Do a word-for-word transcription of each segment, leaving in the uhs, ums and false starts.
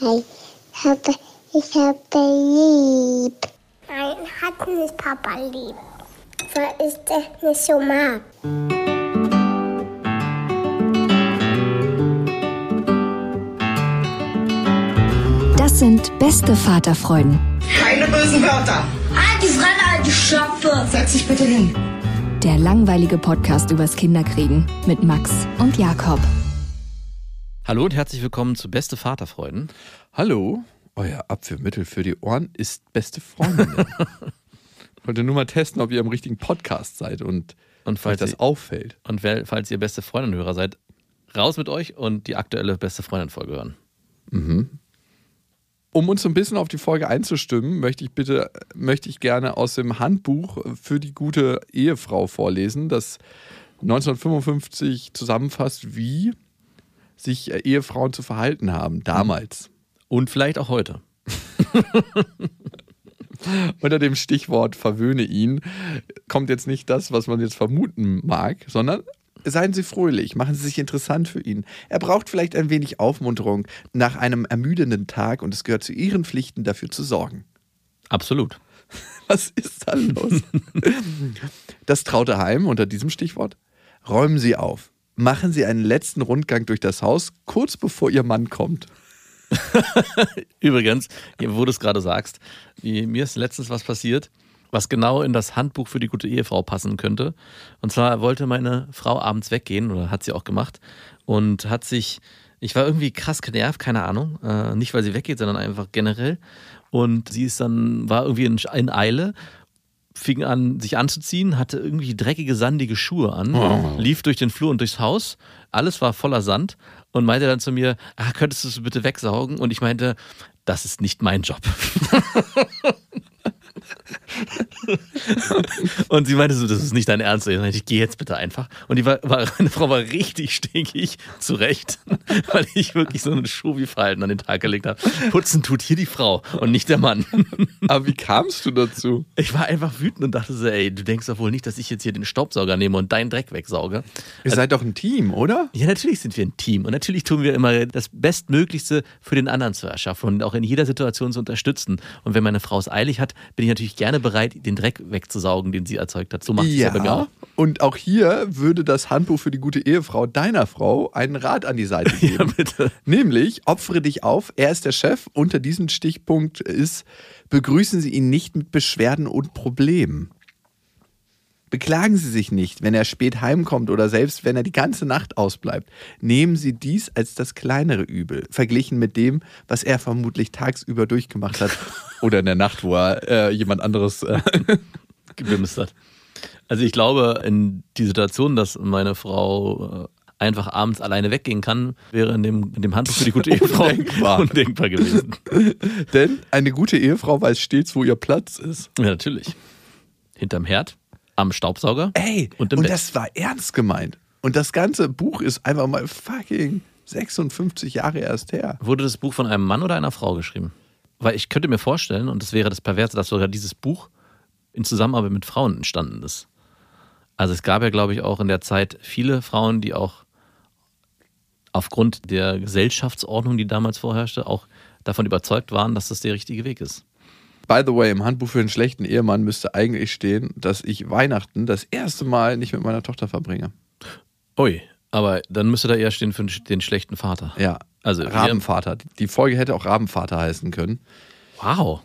Nein, ich habe, ich habe lieb. Nein, hat nicht Papa lieb. Weil ich das nicht so mag. Das sind beste Vaterfreuden. Keine bösen Wörter. Halt die Fremde, alte Schöpfe. Setz dich bitte hin. Der langweilige Podcast übers Kinderkriegen mit Max und Jakob. Hallo und herzlich willkommen zu Beste Vaterfreuden. Hallo, euer Abführmittel für die Ohren ist beste Freundin. Ich wollte nur mal testen, ob ihr im richtigen Podcast seid und, und falls euch das auffällt. Und falls ihr beste Freundin-Hörer seid, raus mit euch und die aktuelle beste Freundin-Folge hören. Mhm. Um uns so ein bisschen auf die Folge einzustimmen, möchte ich bitte, möchte ich gerne aus dem Handbuch für die gute Ehefrau vorlesen, das neunzehnhundertfünfundfünfzig zusammenfasst, wie sich Ehefrauen zu verhalten haben, damals. Und vielleicht auch heute. Unter dem Stichwort verwöhne ihn kommt jetzt nicht das, was man jetzt vermuten mag, sondern seien Sie fröhlich, machen Sie sich interessant für ihn. Er braucht vielleicht ein wenig Aufmunterung nach einem ermüdenden Tag und es gehört zu Ihren Pflichten, dafür zu sorgen. Absolut. Was ist da los? Das traute Heim unter diesem Stichwort. Räumen Sie auf. Machen Sie einen letzten Rundgang durch das Haus, kurz bevor Ihr Mann kommt. Übrigens, wo du es gerade sagst, mir ist letztens was passiert, was genau in das Handbuch für die gute Ehefrau passen könnte. Und zwar wollte meine Frau abends weggehen, oder hat sie auch gemacht, und hat sich, ich war irgendwie krass genervt, keine Ahnung, äh, nicht weil sie weggeht, sondern einfach generell. Und sie ist dann, war irgendwie in, in Eile, fing an, sich anzuziehen, hatte irgendwie dreckige, sandige Schuhe an, oh. lief durch den Flur und durchs Haus, alles war voller Sand und meinte dann zu mir, ah, könntest du es bitte wegsaugen? Und ich meinte, das ist nicht mein Job. Und sie meinte so, das ist nicht dein Ernst. Ich meinte, ich gehe jetzt bitte einfach. Und die war, war, meine Frau war richtig stinkig, zurecht, weil ich wirklich so ein Schubi-Verhalten an den Tag gelegt habe. Putzen tut hier die Frau und nicht der Mann. Aber wie kamst du dazu? Ich war einfach wütend und dachte so, ey, du denkst doch wohl nicht, dass ich jetzt hier den Staubsauger nehme und deinen Dreck wegsauge. Ihr also, seid doch ein Team, oder? Ja, natürlich sind wir ein Team. Und natürlich tun wir immer das Bestmöglichste für den anderen zu erschaffen und auch in jeder Situation zu unterstützen. Und wenn meine Frau es eilig hat, bin ich natürlich gerne bereit, den Dreck wegzusaugen, den sie erzeugt hat. So macht sie es ja bei mir auch. Und auch hier würde das Handbuch für die gute Ehefrau deiner Frau einen Rat an die Seite geben. Ja, bitte. Nämlich, opfere dich auf, er ist der Chef. Unter diesem Stichpunkt ist, begrüßen Sie ihn nicht mit Beschwerden und Problemen. Beklagen Sie sich nicht, wenn er spät heimkommt oder selbst wenn er die ganze Nacht ausbleibt. Nehmen Sie dies als das kleinere Übel, verglichen mit dem, was er vermutlich tagsüber durchgemacht hat oder in der Nacht, wo er äh, jemand anderes äh, gebimst hat. Also ich glaube, in die Situation, dass meine Frau äh, einfach abends alleine weggehen kann, wäre in dem, in dem Handbuch für die gute Ehefrau undenkbar, undenkbar gewesen. Denn eine gute Ehefrau weiß stets, wo ihr Platz ist. Ja, natürlich. Hinterm Herd. Am Staubsauger. Ey, und, und das war ernst gemeint. Und das ganze Buch ist einfach mal fucking sechsundfünfzig Jahre erst her. Wurde das Buch von einem Mann oder einer Frau geschrieben? Weil ich könnte mir vorstellen, und das wäre das Perverse, dass sogar dieses Buch in Zusammenarbeit mit Frauen entstanden ist. Also es gab ja, glaube ich, auch in der Zeit viele Frauen, die auch aufgrund der Gesellschaftsordnung, die damals vorherrschte, auch davon überzeugt waren, dass das der richtige Weg ist. By the way, im Handbuch für einen schlechten Ehemann müsste eigentlich stehen, dass ich Weihnachten das erste Mal nicht mit meiner Tochter verbringe. Ui, aber dann müsste da eher stehen für den schlechten Vater. Ja, also Rabenvater. Die Folge hätte auch Rabenvater heißen können. Wow.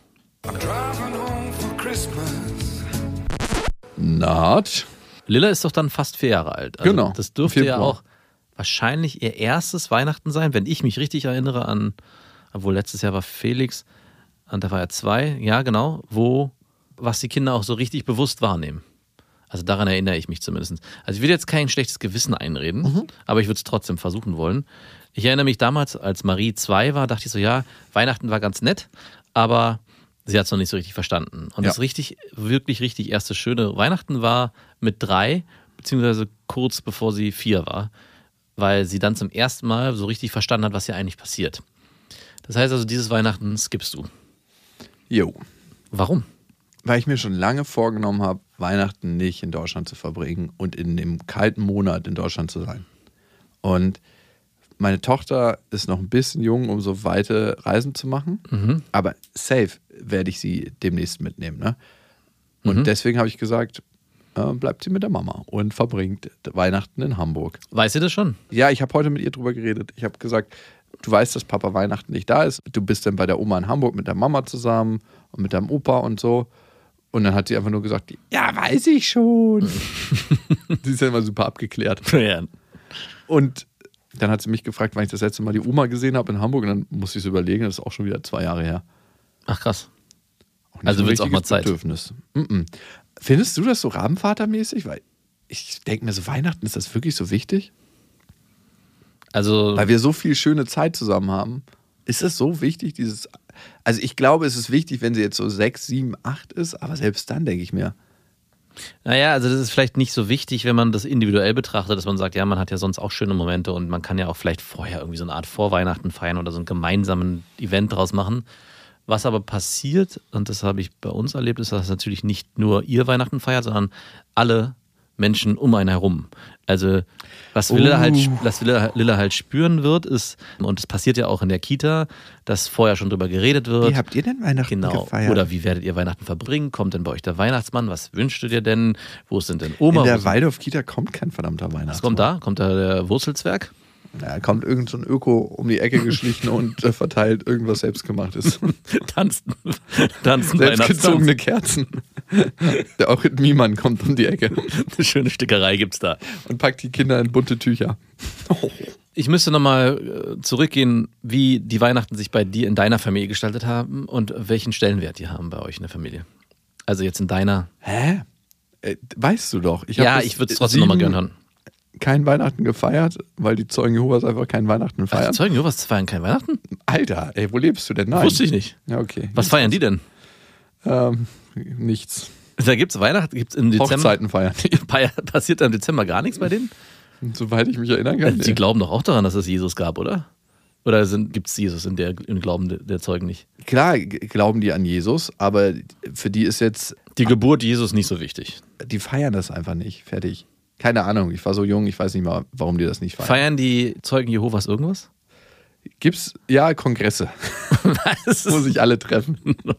Not. Lilla ist doch dann fast vier Jahre alt. Also genau. Das dürfte ja auch wahrscheinlich ihr erstes Weihnachten sein, wenn ich mich richtig erinnere an, obwohl letztes Jahr war Felix... Und da war er zwei, ja genau, wo, was die Kinder auch so richtig bewusst wahrnehmen. Also daran erinnere ich mich zumindest. Also ich will jetzt kein schlechtes Gewissen einreden, mhm. aber ich würde es trotzdem versuchen wollen. Ich erinnere mich damals, als Marie zwei war, dachte ich so, ja, Weihnachten war ganz nett, aber sie hat es noch nicht so richtig verstanden. Und ja. das richtig, wirklich, richtig erste schöne Weihnachten war mit drei, beziehungsweise kurz bevor sie vier war, weil sie dann zum ersten Mal so richtig verstanden hat, was hier eigentlich passiert. Das heißt also, dieses Weihnachten skippst du. Jo. Warum? Weil ich mir schon lange vorgenommen habe, Weihnachten nicht in Deutschland zu verbringen und in dem kalten Monat in Deutschland zu sein. Und meine Tochter ist noch ein bisschen jung, um so weite Reisen zu machen. Mhm. Aber safe werde ich sie demnächst mitnehmen. Ne? Und Mhm. deswegen habe ich gesagt, äh, bleibt sie mit der Mama und verbringt Weihnachten in Hamburg. Weiß sie das schon? Ja, ich habe heute mit ihr drüber geredet. Ich habe gesagt, du weißt, dass Papa Weihnachten nicht da ist. Du bist dann bei der Oma in Hamburg mit der Mama zusammen und mit deinem Opa und so. Und dann hat sie einfach nur gesagt, ja, weiß ich schon. Sie ist ja immer super abgeklärt. Ja. Und dann hat sie mich gefragt, wann ich das letzte Mal die Oma gesehen habe in Hamburg. Und dann musste ich es überlegen, das ist auch schon wieder zwei Jahre her. Ach krass. Auch nicht Also so ein wird's auch mal richtiges Zeit. Bedürfnis. Mm-mm. Findest du das so Rabenvatermäßig? Weil ich denke mir so, Weihnachten, ist das wirklich so wichtig? Also, Weil wir so viel schöne Zeit zusammen haben. Ist es so wichtig, dieses... Also ich glaube, es ist wichtig, wenn sie jetzt so sechs, sieben, acht ist. Aber selbst dann denke ich mir... naja, also das ist vielleicht nicht so wichtig, wenn man das individuell betrachtet, dass man sagt, ja, man hat ja sonst auch schöne Momente und man kann ja auch vielleicht vorher irgendwie so eine Art Vorweihnachten feiern oder so einen gemeinsamen Event draus machen. Was aber passiert, und das habe ich bei uns erlebt, ist, dass natürlich nicht nur ihr Weihnachten feiert, sondern alle Menschen um einen herum. Also was Lilla, Oh. halt, was Lilla, Lilla halt spüren wird, ist, und es passiert ja auch in der Kita, dass vorher schon drüber geredet wird. Wie habt ihr denn Weihnachten Genau. gefeiert? Oder wie werdet ihr Weihnachten verbringen? Kommt denn bei euch der Weihnachtsmann? Was wünschst du dir denn? Wo sind denn Oma? In Wo der sind- Waldorf-Kita kommt kein verdammter Weihnachtsmann. Was kommt da? Kommt da der Wurzelzwerg? Ja, kommt irgend so ein Öko um die Ecke geschlichen und äh, verteilt irgendwas Selbstgemachtes. Tanzen. Tanzen Selbstgezogene Kerzen. Der Eurythmie-Mann kommt um die Ecke Eine schöne Stickerei gibt's da. und packt die Kinder in bunte Tücher. Ich müsste nochmal zurückgehen, wie die Weihnachten sich bei dir in deiner Familie gestaltet haben und welchen Stellenwert die haben bei euch in der Familie. Also jetzt in deiner. Hä? Äh, weißt du doch. Ich hab Ja, bis ich würde es trotzdem nochmal sieben gerne hören. Kein Weihnachten gefeiert, weil die Zeugen Jehovas einfach kein Weihnachten Ach, feiern. die Zeugen Jehovas feiern kein Weihnachten? Alter, ey, wo lebst du denn? Nein. Wusste ich nicht. Ja, okay. Was feiern die denn? Ähm, nichts. Da gibt's Weihnachten, gibt's im Dezember. Hochzeiten feiern. Passiert da im Dezember gar nichts bei denen? Soweit ich mich erinnern kann. Die glauben doch auch daran, dass es Jesus gab, oder? Oder gibt es Jesus in der, im Glauben der, der Zeugen nicht? Klar g- glauben die an Jesus, aber für die ist jetzt, Die Geburt Jesus nicht so wichtig. die feiern das einfach nicht. Fertig. Keine Ahnung, ich war so jung, ich weiß nicht mal, warum die das nicht feiern. Feiern die Zeugen Jehovas irgendwas? Gibt's, ja, Kongresse. Was? Muss ich alle treffen.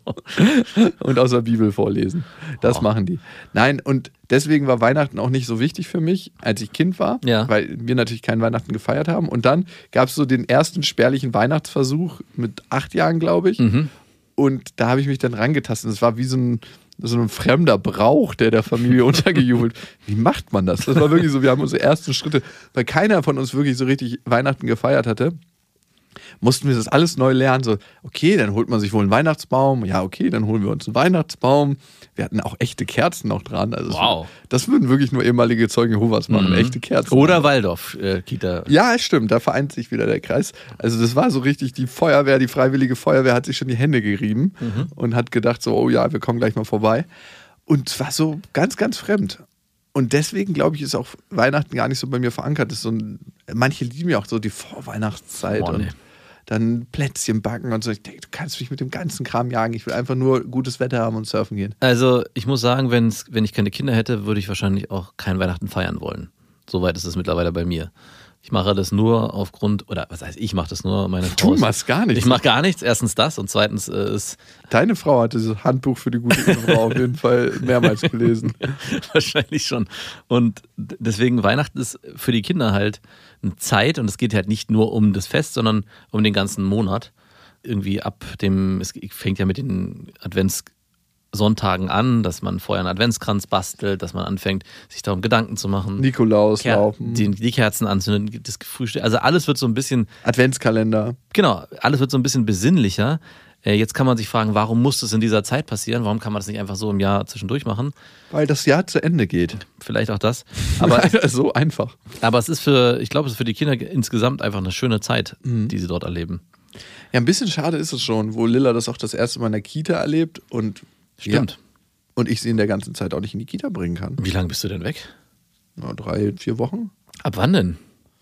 Und aus der Bibel vorlesen. Das Oh. machen die. Nein, und deswegen war Weihnachten auch nicht so wichtig für mich, als ich Kind war, Ja. weil wir natürlich keinen Weihnachten gefeiert haben. Und dann gab es so den ersten spärlichen Weihnachtsversuch mit acht Jahren, glaube ich. Mhm. Und da habe ich mich dann rangetastet. Es war wie so ein, so ein fremder Brauch, der der Familie untergejubelt. Wie macht man das? Das war wirklich so, wir haben unsere ersten Schritte, weil keiner von uns wirklich so richtig Weihnachten gefeiert hatte. Mussten wir das alles neu lernen. So, okay, dann holt man sich wohl einen Weihnachtsbaum. Ja, okay, dann holen wir uns einen Weihnachtsbaum. Wir hatten auch echte Kerzen noch dran. Also Wow. Das würden wirklich nur ehemalige Zeugen Jehovas machen, Mhm. echte Kerzen. Oder Waldorf-Kita. Ja, es stimmt, da vereint sich wieder der Kreis. Also das war so richtig, die Feuerwehr, die freiwillige Feuerwehr hat sich schon die Hände gerieben Mhm. und hat gedacht so, oh ja, wir kommen gleich mal vorbei. Und es war so ganz, ganz fremd. Und deswegen, glaube ich, ist auch Weihnachten gar nicht so bei mir verankert. Das ist so ein, manche lieben ja auch so die Vorweihnachtszeit Boah, nee. und dann Plätzchen backen und so. Ich denke, du kannst mich mit dem ganzen Kram jagen. Ich will einfach nur gutes Wetter haben und surfen gehen. Also ich muss sagen, wenn's, wenn ich keine Kinder hätte, würde ich wahrscheinlich auch kein Weihnachten feiern wollen. Soweit ist es mittlerweile bei mir. Ich mache das nur aufgrund, oder was heißt, ich mache das nur, meine Frau. Du ist- machst gar nichts. Ich mache gar nichts. Erstens das und zweitens äh, ist Deine Frau hat dieses Handbuch für die gute Ehefrau auf jeden Fall mehrmals gelesen. wahrscheinlich schon. Und d- deswegen Weihnachten ist für die Kinder halt eine Zeit und es geht halt nicht nur um das Fest, sondern um den ganzen Monat. Irgendwie ab dem, es fängt ja mit den Adventssonntagen an, dass man vorher einen Adventskranz bastelt, dass man anfängt, sich darum Gedanken zu machen. Nikolaus Ker- laufen, die, die Kerzen anzünden, das Frühstück. Also alles wird so ein bisschen, Adventskalender. genau, alles wird so ein bisschen besinnlicher. Äh, Jetzt kann man sich fragen, warum muss das in dieser Zeit passieren? Warum kann man das nicht einfach so im Jahr zwischendurch machen? Weil das Jahr zu Ende geht. Vielleicht auch das. Aber, so einfach. aber es ist für, ich glaube, es ist für die Kinder insgesamt einfach eine schöne Zeit, die sie dort erleben. Ja, ein bisschen schade ist es schon, wo Lilla das auch das erste Mal in der Kita erlebt und Stimmt. Ja, und ich sie in der ganzen Zeit auch nicht in die Kita bringen kann. Wie lange bist du denn weg? Na, drei, vier Wochen. Ab wann denn?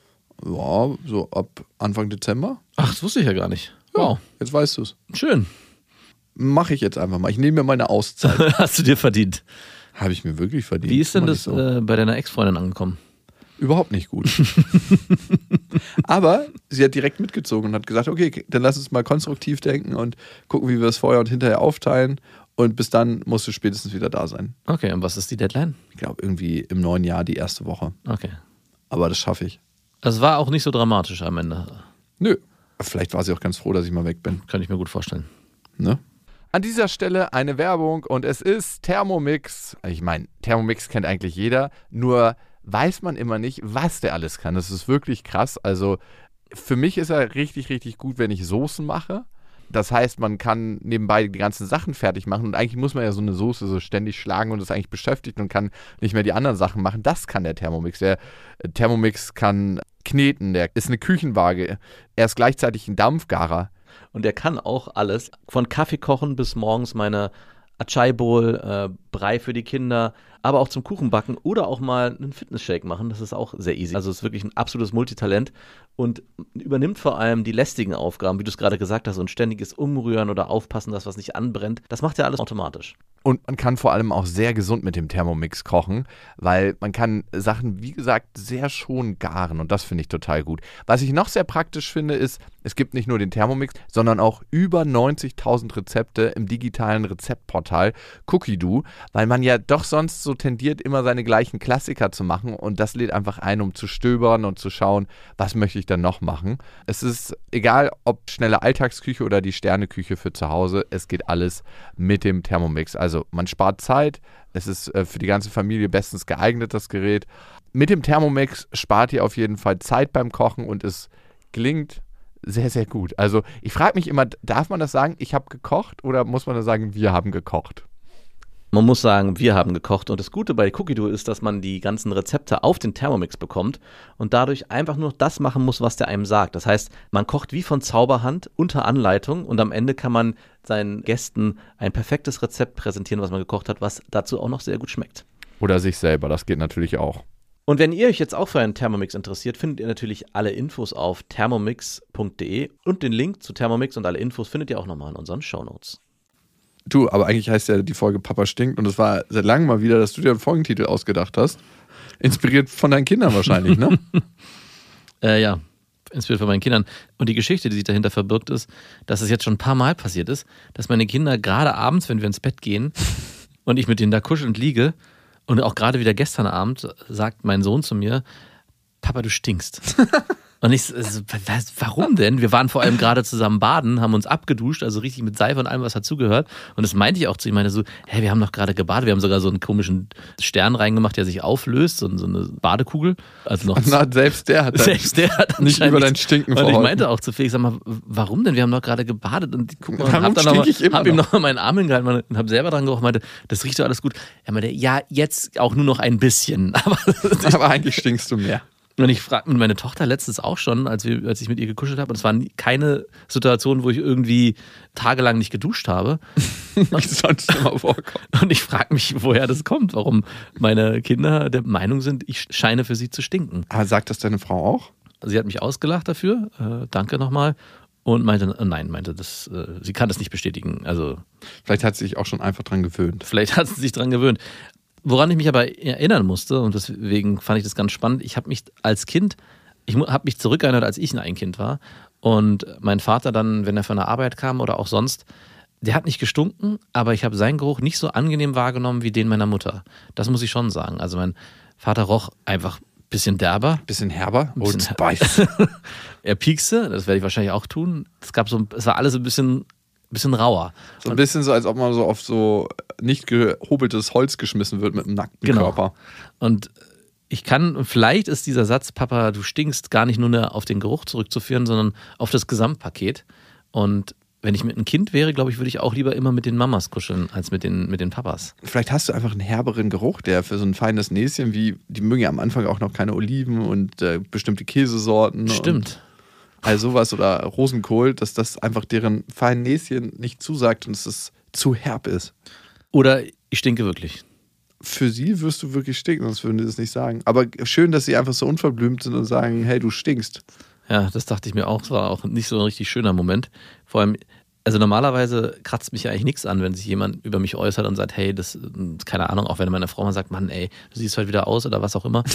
Ja, so ab Anfang Dezember. Ach, das wusste ich ja gar nicht. Wow, Jetzt weißt du es. schön. Mache ich jetzt einfach mal. Ich nehme mir meine Auszeit. Hast du dir verdient. Habe ich mir wirklich verdient. Wie ist denn Guck mal, das nicht so. äh, bei deiner Ex-Freundin angekommen? Überhaupt nicht gut. Aber sie hat direkt mitgezogen und hat gesagt, okay, dann lass uns mal konstruktiv denken und gucken, wie wir es vorher und hinterher aufteilen. Und bis dann musst du spätestens wieder da sein. Okay, und was ist die Deadline? Ich glaube, irgendwie im neuen Jahr die erste Woche. Okay. Aber das schaffe ich. Es war auch nicht so dramatisch am Ende. Nö. Vielleicht war sie auch ganz froh, dass ich mal weg bin. Kann ich mir gut vorstellen. Ne? An dieser Stelle eine Werbung und es ist Thermomix. Ich meine, Thermomix kennt eigentlich jeder, nur weiß man immer nicht, was der alles kann. Das ist wirklich krass. Also für mich ist er richtig, richtig gut, wenn ich Soßen mache. Das heißt, man kann nebenbei die ganzen Sachen fertig machen und eigentlich muss man ja so eine Soße so ständig schlagen und ist eigentlich beschäftigt und kann nicht mehr die anderen Sachen machen. Das kann der Thermomix. Der Thermomix kann kneten, der ist eine Küchenwaage. Er ist gleichzeitig ein Dampfgarer. Und der kann auch alles, von Kaffee kochen bis morgens meine Acai Bowl, äh, Brei für die Kinder, aber auch zum Kuchenbacken oder auch mal einen Fitness-Shake machen. Das ist auch sehr easy. Also es ist wirklich ein absolutes Multitalent und übernimmt vor allem die lästigen Aufgaben, wie du es gerade gesagt hast, und ständiges Umrühren oder Aufpassen, dass was nicht anbrennt. Das macht ja alles automatisch. Und man kann vor allem auch sehr gesund mit dem Thermomix kochen, weil man kann Sachen, wie gesagt, sehr schon garen und das finde ich total gut. Was ich noch sehr praktisch finde, ist, es gibt nicht nur den Thermomix, sondern auch über neunzigtausend Rezepte im digitalen Rezeptportal Cookie-Do, weil man ja doch sonst so tendiert, immer seine gleichen Klassiker zu machen und das lädt einfach ein, um zu stöbern und zu schauen, was möchte ich dann noch machen. Es ist egal, ob schnelle Alltagsküche oder die Sterneküche für zu Hause, es geht alles mit dem Thermomix. Also man spart Zeit, es ist äh, für die ganze Familie bestens geeignet, das Gerät. Mit dem Thermomix spart ihr auf jeden Fall Zeit beim Kochen und es gelingt sehr, sehr gut. Also ich frage mich immer, darf man das sagen, ich habe gekocht oder muss man das sagen, wir haben gekocht? Man muss sagen, wir haben gekocht und das Gute bei Cookie-Do ist, dass man die ganzen Rezepte auf den Thermomix bekommt und dadurch einfach nur das machen muss, was der einem sagt. Das heißt, man kocht wie von Zauberhand unter Anleitung und am Ende kann man seinen Gästen ein perfektes Rezept präsentieren, was man gekocht hat, was dazu auch noch sehr gut schmeckt. Oder sich selber, das geht natürlich auch. Und wenn ihr euch jetzt auch für einen Thermomix interessiert, findet ihr natürlich alle Infos auf thermomix punkt de und den Link zu Thermomix und alle Infos findet ihr auch nochmal in unseren Shownotes. Du, aber eigentlich heißt ja die Folge Papa stinkt und es war seit langem mal wieder, dass du dir einen Folgentitel ausgedacht hast. Inspiriert von deinen Kindern wahrscheinlich, ne? äh, ja, inspiriert von meinen Kindern. Und die Geschichte, die sich dahinter verbirgt, ist, dass es jetzt schon ein paar Mal passiert ist, dass meine Kinder gerade abends, wenn wir ins Bett gehen und ich mit denen da kuschelnd liege und auch gerade wieder gestern Abend sagt mein Sohn zu mir, Papa, du stinkst. Und ich, also, was, warum denn? Wir waren vor allem gerade zusammen baden, haben uns abgeduscht, also richtig mit Seife und allem, was dazugehört. Und das meinte ich auch zu ihm, meine so, hä, wir haben doch gerade gebadet, wir haben sogar so einen komischen Stern reingemacht, der sich auflöst, so, so eine Badekugel. Also noch Na, selbst der hat selbst der hat nicht über dein Stinken verholfen. Und ich verholfen. meinte auch zu Felix, sag mal, warum denn? Wir haben doch gerade gebadet und guck mal, Warum hab, dann stink noch mal, ich immer hab ihm noch? noch mal meinen Arm hingehalten und hab selber dran gerochen, meinte, das riecht doch alles gut. Er meinte, ja, jetzt auch nur noch ein bisschen. Aber, Aber eigentlich stinkst du mehr. Und ich fragte meine Tochter letztens auch schon, als, wir, als ich mit ihr gekuschelt habe, und es war keine Situation, wo ich irgendwie tagelang nicht geduscht habe. Wie sonst immer vorkommt. Und ich frage mich, woher das kommt, warum meine Kinder der Meinung sind, ich scheine für sie zu stinken. Aber sagt das deine Frau auch? Sie hat mich ausgelacht dafür, äh, danke nochmal, und meinte, äh, nein, meinte, das, äh, sie kann das nicht bestätigen. Also Vielleicht hat sie sich auch schon einfach dran gewöhnt. vielleicht hat sie sich dran gewöhnt. Woran ich mich aber erinnern musste, und deswegen fand ich das ganz spannend, ich habe mich als Kind, ich habe mich zurückerinnert, als ich ein Kind war und mein Vater dann, wenn er von der Arbeit kam oder auch sonst, der hat nicht gestunken, aber ich habe seinen Geruch nicht so angenehm wahrgenommen wie den meiner Mutter. Das muss ich schon sagen. Also mein Vater roch einfach ein bisschen derber. Bisschen herber Bisschen und Spice. Er piekste, das werde ich wahrscheinlich auch tun. Es gab so, es war alles ein bisschen bisschen rauer. So ein bisschen so, als ob man so auf so nicht gehobeltes Holz geschmissen wird mit einem nackten Genau. Körper. Und ich kann, vielleicht ist dieser Satz, Papa, du stinkst, gar nicht nur auf den Geruch zurückzuführen, sondern auf das Gesamtpaket. Und wenn ich mit einem Kind wäre, glaube ich, würde ich auch lieber immer mit den Mamas kuscheln, als mit den, mit den Papas. Vielleicht hast du einfach einen herberen Geruch, der für so ein feines Näschen, wie die mögen ja am Anfang auch noch keine Oliven und äh, bestimmte Käsesorten. Stimmt. All sowas oder Rosenkohl, dass das einfach deren feinen Näschen nicht zusagt und dass es zu herb ist. Oder ich stinke wirklich. Für sie wirst du wirklich stinken, sonst würden die das nicht sagen. Aber schön, dass sie einfach so unverblümt sind und sagen, hey, du stinkst. Ja, das dachte ich mir auch. Es war auch nicht so ein richtig schöner Moment. Vor allem, Also normalerweise kratzt mich ja eigentlich nichts an, wenn sich jemand über mich äußert und sagt, hey, das, keine Ahnung, auch wenn meine Frau mal sagt, Mann, ey, du siehst heute wieder aus oder was auch immer.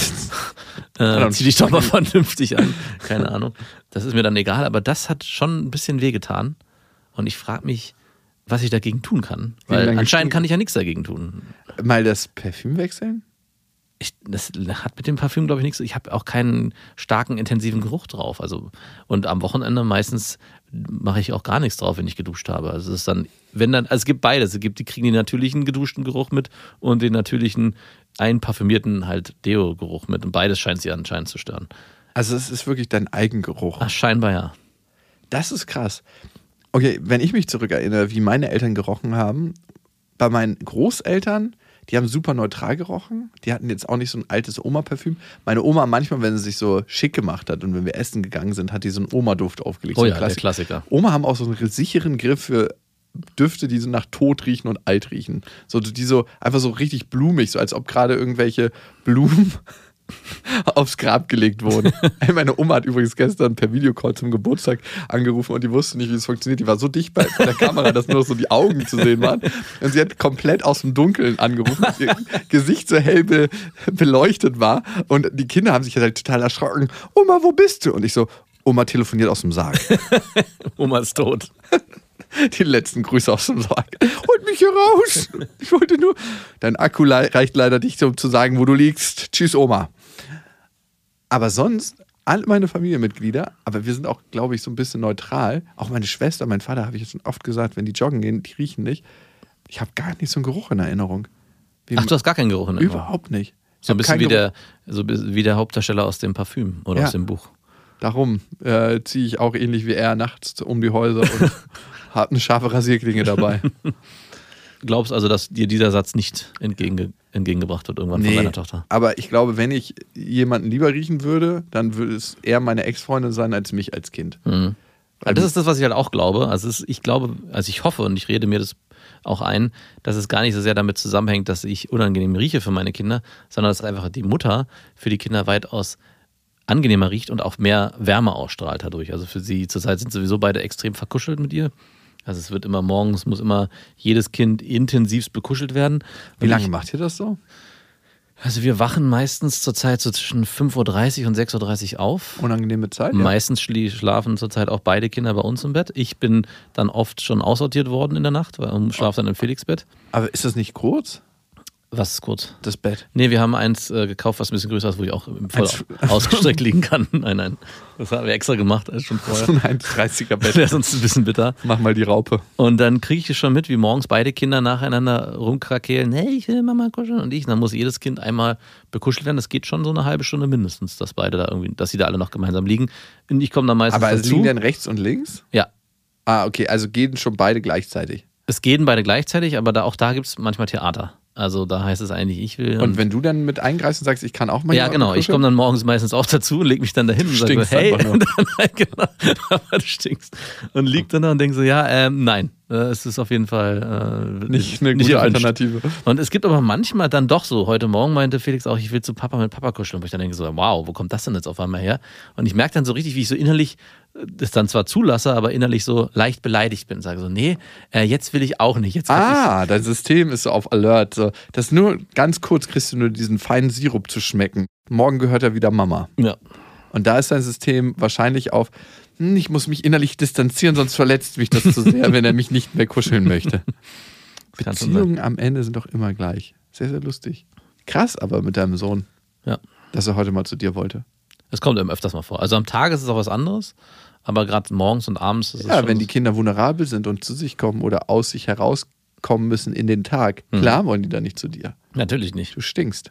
äh, zieh dich doch mal vernünftig an. Keine Ahnung. Das ist mir dann egal, aber das hat schon ein bisschen wehgetan. Und ich frage mich, was ich dagegen tun kann. Weil anscheinend kann ich ja nichts dagegen tun. Mal das Parfüm wechseln? Ich, das hat mit dem Parfüm, glaube ich, nichts. Ich habe auch keinen starken, intensiven Geruch drauf. Also, und am Wochenende meistens mache ich auch gar nichts drauf, wenn ich geduscht habe. Also es ist dann, wenn dann, also es gibt beides. Es gibt, die kriegen den natürlichen geduschten Geruch mit und den natürlichen einparfümierten halt Deo-Geruch mit. Und beides scheint sie anscheinend zu stören. Also es ist wirklich dein Eigengeruch. Ach, scheinbar ja. Das ist krass. Okay, wenn ich mich zurückerinnere, wie meine Eltern gerochen haben, bei meinen Großeltern, die haben super neutral gerochen. Die hatten jetzt auch nicht so ein altes Oma-Parfüm. Meine Oma manchmal, wenn sie sich so schick gemacht hat und wenn wir essen gegangen sind, hat die so einen Oma-Duft aufgelegt. Oh so ja, Klassik- der Klassiker. Oma haben auch so einen sicheren Griff für Düfte, die so nach Tod riechen und alt riechen. So, die so einfach so richtig blumig, so als ob gerade irgendwelche Blumen aufs Grab gelegt wurden. Meine Oma hat übrigens gestern per Videocall zum Geburtstag angerufen und die wusste nicht, wie es funktioniert. Die war so dicht bei der Kamera, dass nur noch so die Augen zu sehen waren. Und sie hat komplett aus dem Dunkeln angerufen, dass ihr Gesicht so hell be- beleuchtet war. Und die Kinder haben sich halt total erschrocken. Oma, wo bist du? Und ich so, Oma telefoniert aus dem Sarg. Oma ist tot. Die letzten Grüße aus dem Sarg. Holt mich hier raus. Ich wollte nur... Dein Akku le- reicht leider nicht, um zu sagen, wo du liegst. Tschüss, Oma. Aber sonst, alle meine Familienmitglieder, aber wir sind auch, glaube ich, so ein bisschen neutral. Auch meine Schwester, mein Vater, habe ich jetzt schon oft gesagt, wenn die joggen gehen, die riechen nicht. Ich habe gar nicht so einen Geruch in Erinnerung. Wie Ach, du hast gar keinen Geruch in Erinnerung? Überhaupt nicht. So ein bisschen wie der, so wie der Hauptdarsteller aus dem Parfüm oder Ja. aus dem Buch. Darum äh, ziehe ich auch ähnlich wie er nachts um die Häuser und habe eine scharfe Rasierklinge dabei. Glaubst also, dass dir dieser Satz nicht entgegen, entgegengebracht wird irgendwann von deiner Tochter? Aber ich glaube, wenn ich jemanden lieber riechen würde, dann würde es eher meine Ex-Freundin sein als mich als Kind. Mhm. Weil das ist das, was ich halt auch glaube. Also es ist, ich glaube, also ich hoffe und ich rede mir das auch ein, dass es gar nicht so sehr damit zusammenhängt, dass ich unangenehm rieche für meine Kinder, sondern dass einfach die Mutter für die Kinder weitaus angenehmer riecht und auch mehr Wärme ausstrahlt dadurch. Also für sie zurzeit sind sowieso beide extrem verkuschelt mit ihr. Also es wird immer morgens, muss immer jedes Kind intensivst bekuschelt werden. Wie Und lange ich, macht ihr das so? Also wir wachen meistens zurzeit so zwischen fünf Uhr dreißig und sechs Uhr dreißig auf. Unangenehme Zeit? Ja. Meistens schlie- schlafen zurzeit auch beide Kinder bei uns im Bett. Ich bin dann oft schon aussortiert worden in der Nacht und schlafe dann im Felix-Bett. Aber ist das nicht kurz, Was ist kurz? das Bett? Nee, wir haben eins äh, gekauft, was ein bisschen größer ist, wo ich auch voll Eins- ausgestreckt liegen kann. Nein, nein. Das haben wir extra gemacht, als schon vorher. So ein eins dreißiger Bett. Das wäre sonst ein bisschen bitter. Mach mal die Raupe. Und dann kriege ich es schon mit, wie morgens beide Kinder nacheinander rumkrakeelen. Hey, ich will Mama kuscheln. Und ich. Und dann muss jedes Kind einmal bekuschelt werden. Das geht schon so eine halbe Stunde mindestens, dass beide da irgendwie, dass sie da alle noch gemeinsam liegen. Und ich komme dann meistens Aber es dazu. liegen dann rechts und links? Ja. Ah, okay, also gehen schon beide gleichzeitig. Es gehen beide gleichzeitig, aber da, auch da gibt es manchmal Theater. Also da heißt es eigentlich, ich will. Und wenn du dann mit eingreifst und sagst, ich kann auch mal Ja, jemanden genau. Ich kuscheln? komme dann morgens meistens auch dazu und leg mich dann dahin und sage so, stinkst hey, einfach nur. und dann, genau, aber du stinkst. Und lieg dann da und denk so, ja, ähm, nein. Äh, Es ist auf jeden Fall äh, Nicht eine gute erwünscht. Alternative. Und es gibt aber manchmal dann doch so, heute Morgen meinte Felix auch, ich will zu Papa mit Papa kuscheln. Und ich dann denke so, wow, wo kommt das denn jetzt auf einmal her? Und ich merke dann so richtig, wie ich so innerlich das dann zwar zulasse, aber innerlich so leicht beleidigt bin. Sage so, nee, äh, jetzt will ich auch nicht. Jetzt will Ah, dein System ist so auf Alert. So. Das nur ganz kurz kriegst du nur diesen feinen Sirup zu schmecken. Morgen gehört er wieder Mama. ich. Ja. Und da ist dein System wahrscheinlich auf, hm, ich muss mich innerlich distanzieren, sonst verletzt mich das zu sehr, wenn er mich nicht mehr kuscheln möchte. Kann schon Beziehungen am Ende sind doch immer gleich. Sehr, sehr lustig. Krass aber mit deinem Sohn, Ja. dass er heute mal zu dir wollte. Es kommt eben öfters mal vor. Also am Tag ist es auch was anderes, aber gerade morgens und abends ist es Ja, schon wenn so- die Kinder vulnerabel sind und zu sich kommen oder aus sich herauskommen müssen in den Tag, Mhm. klar wollen die da nicht zu dir. Natürlich nicht. Du stinkst.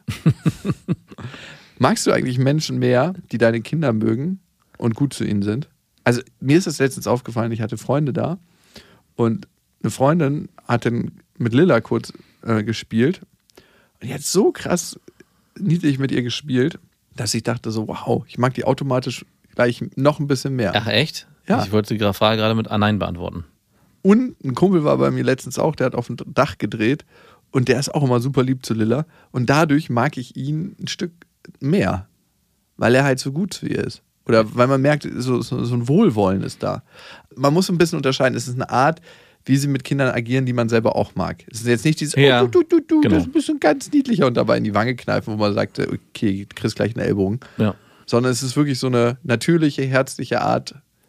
Magst du eigentlich Menschen mehr, die deine Kinder mögen und gut zu ihnen sind? Also mir ist das letztens aufgefallen, ich hatte Freunde da und eine Freundin hat dann mit Lilla kurz äh, gespielt und die hat so krass niedlich mit ihr gespielt, dass ich dachte so, wow, ich mag die automatisch gleich noch ein bisschen mehr. Ach echt? Ja. Ich wollte die Frage gerade mit Ah Nein beantworten. Und ein Kumpel war bei mir letztens auch, der hat auf dem Dach gedreht und der ist auch immer super lieb zu Lilla und dadurch mag ich ihn ein Stück mehr, weil er halt so gut zu ihr ist. Oder weil man merkt, so, so, so ein Wohlwollen ist da. Man muss ein bisschen unterscheiden. Es ist eine Art, wie sie mit Kindern agieren, die man selber auch mag. Es ist jetzt nicht dieses, ja, oh, du, du, du, genau. das ist ein bisschen ganz niedlicher und dabei in die Wange kneifen, wo man sagt, okay, du kriegst gleich einen Ellbogen. Ja. Sondern es ist wirklich so eine natürliche, herzliche Art.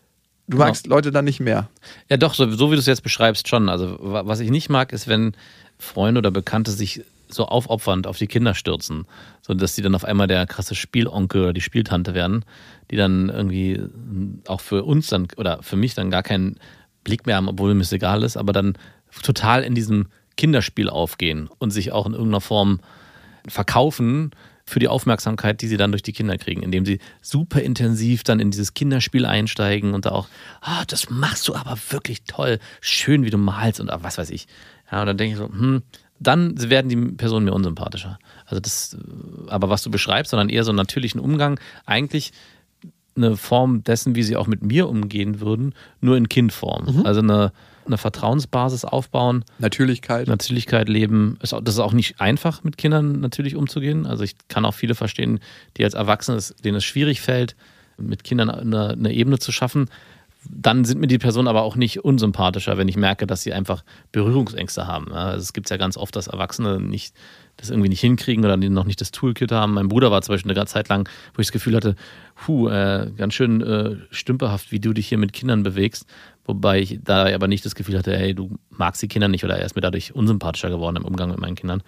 Du magst genau. Leute dann nicht mehr. Ja doch, so, so wie du es jetzt beschreibst schon. Also was ich nicht mag, ist, wenn Freunde oder Bekannte sich so aufopfernd auf die Kinder stürzen, so dass die dann auf einmal der krasse Spielonkel oder die Spieltante werden, die dann irgendwie auch für uns dann oder für mich dann gar keinen Blick mehr haben, obwohl mir es egal ist, aber dann total in diesem Kinderspiel aufgehen und sich auch in irgendeiner Form verkaufen für die Aufmerksamkeit, die sie dann durch die Kinder kriegen, indem sie super intensiv dann in dieses Kinderspiel einsteigen und da auch, ah, das machst du aber wirklich toll, schön, wie du malst und was weiß ich. Ja, und dann denke ich so, hm, dann werden die Personen mir unsympathischer. Also das, aber was du beschreibst, sondern eher so einen natürlichen Umgang, eigentlich eine Form dessen, wie sie auch mit mir umgehen würden, nur in Kindform. Mhm. Also eine, eine Vertrauensbasis aufbauen. Natürlichkeit. Natürlichkeit leben. Das ist auch nicht einfach, mit Kindern natürlich umzugehen. Also ich kann auch viele verstehen, die als Erwachsene, denen es schwierig fällt, mit Kindern eine, eine Ebene zu schaffen. Dann sind mir die Personen aber auch nicht unsympathischer, wenn ich merke, dass sie einfach Berührungsängste haben. Also es gibt ja ganz oft, dass Erwachsene nicht das irgendwie nicht hinkriegen oder die noch nicht das Toolkit haben. Mein Bruder war zum Beispiel eine ganze Zeit lang, wo ich das Gefühl hatte, puh, äh, ganz schön äh, stümperhaft, wie du dich hier mit Kindern bewegst. Wobei ich da aber nicht das Gefühl hatte, hey, du magst die Kinder nicht oder er ist mir dadurch unsympathischer geworden im Umgang mit meinen Kindern.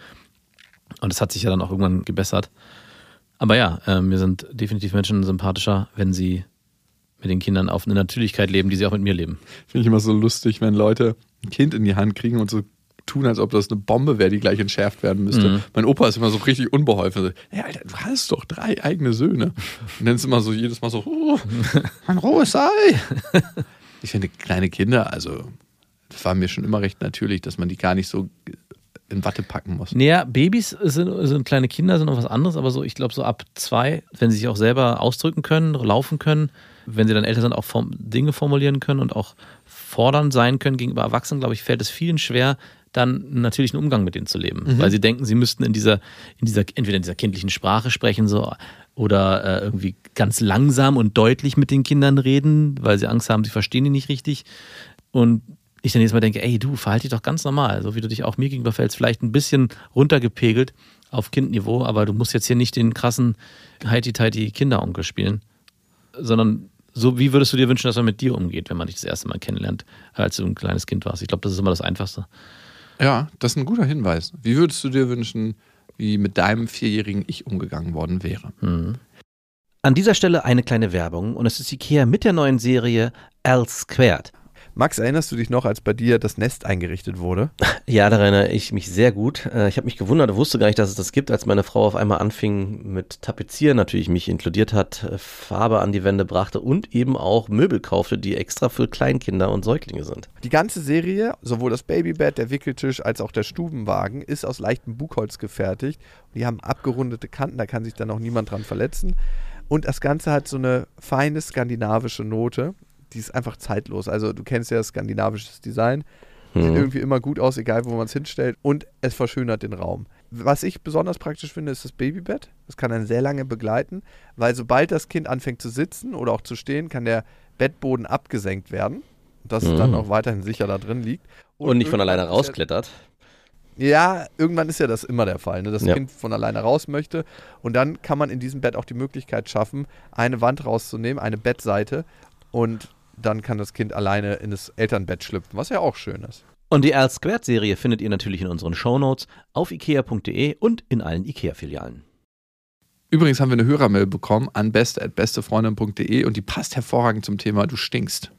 Und das hat sich ja dann auch irgendwann gebessert. Aber ja, äh, mir sind definitiv Menschen sympathischer, wenn sie mit den Kindern auf eine Natürlichkeit leben, die sie auch mit mir leben. Finde ich immer so lustig, wenn Leute ein Kind in die Hand kriegen und so tun, als ob das eine Bombe wäre, die gleich entschärft werden müsste. Mhm. Mein Opa ist immer so richtig unbeholfen. So, hey, Alter, du hast doch drei eigene Söhne. Und dann ist immer so jedes Mal so, oh, ein rohes Ei. Ich finde, kleine Kinder, also das war mir schon immer recht natürlich, dass man die gar nicht so in Watte packen muss. Naja, Babys sind, sind kleine Kinder, sind noch was anderes, aber so, ich glaube, so ab zwei, wenn sie sich auch selber ausdrücken können, laufen können, wenn sie dann älter sind, auch form, Dinge formulieren können und auch fordernd sein können gegenüber Erwachsenen, glaube ich, fällt es vielen schwer, dann einen natürlichen Umgang mit denen zu leben. Mhm. Weil sie denken, sie müssten in dieser, in dieser, entweder in dieser kindlichen Sprache sprechen so, oder äh, irgendwie ganz langsam und deutlich mit den Kindern reden, weil sie Angst haben, sie verstehen die nicht richtig. Und ich dann jedes Mal denke, ey, du, verhalte dich doch ganz normal, so wie du dich auch mir gegenüber verhältst, vielleicht ein bisschen runtergepegelt auf Kindniveau, aber du musst jetzt hier nicht den krassen Heiti-Teiti-Kinderonkel spielen, sondern so, wie würdest du dir wünschen, dass man mit dir umgeht, wenn man dich das erste Mal kennenlernt, als du ein kleines Kind warst? Ich glaube, das ist immer das Einfachste. Ja, das ist ein guter Hinweis. Wie würdest du dir wünschen, wie mit deinem vierjährigen Ich umgegangen worden wäre? Mhm. An dieser Stelle eine kleine Werbung und es ist IKEA mit der neuen Serie L Squared. Max, erinnerst du dich noch, als bei dir das Nest eingerichtet wurde? Ja, daran erinnere ich mich sehr gut. Ich habe mich gewundert, wusste gar nicht, dass es das gibt, als meine Frau auf einmal anfing mit Tapezieren, natürlich mich inkludiert hat, Farbe an die Wände brachte und eben auch Möbel kaufte, die extra für Kleinkinder und Säuglinge sind. Die ganze Serie, sowohl das Babybett, der Wickeltisch als auch der Stubenwagen, ist aus leichtem Buchholz gefertigt. Die haben abgerundete Kanten, da kann sich dann auch niemand dran verletzen. Und das Ganze hat so eine feine skandinavische Note. Die ist einfach zeitlos. Also du kennst ja skandinavisches Design. Sieht mhm. irgendwie immer gut aus, egal wo man es hinstellt. Und es verschönert den Raum. Was ich besonders praktisch finde, ist das Babybett. Das kann einen sehr lange begleiten, weil sobald das Kind anfängt zu sitzen oder auch zu stehen, kann der Bettboden abgesenkt werden. Dass mhm. es dann auch weiterhin sicher da drin liegt. Und, und nicht von alleine rausklettert. Ja, irgendwann ist ja das immer der Fall, ne? Dass das ja. Kind von alleine raus möchte. Und dann kann man in diesem Bett auch die Möglichkeit schaffen, eine Wand rauszunehmen, eine Bettseite. Und dann kann das Kind alleine in das Elternbett schlüpfen, was ja auch schön ist. Und die L Squared Serie findet ihr natürlich in unseren Shownotes auf ikea punkt de und in allen IKEA-Filialen. Übrigens haben wir eine Hörermail bekommen an beste at bestefreundin punkt de und die passt hervorragend zum Thema Du stinkst.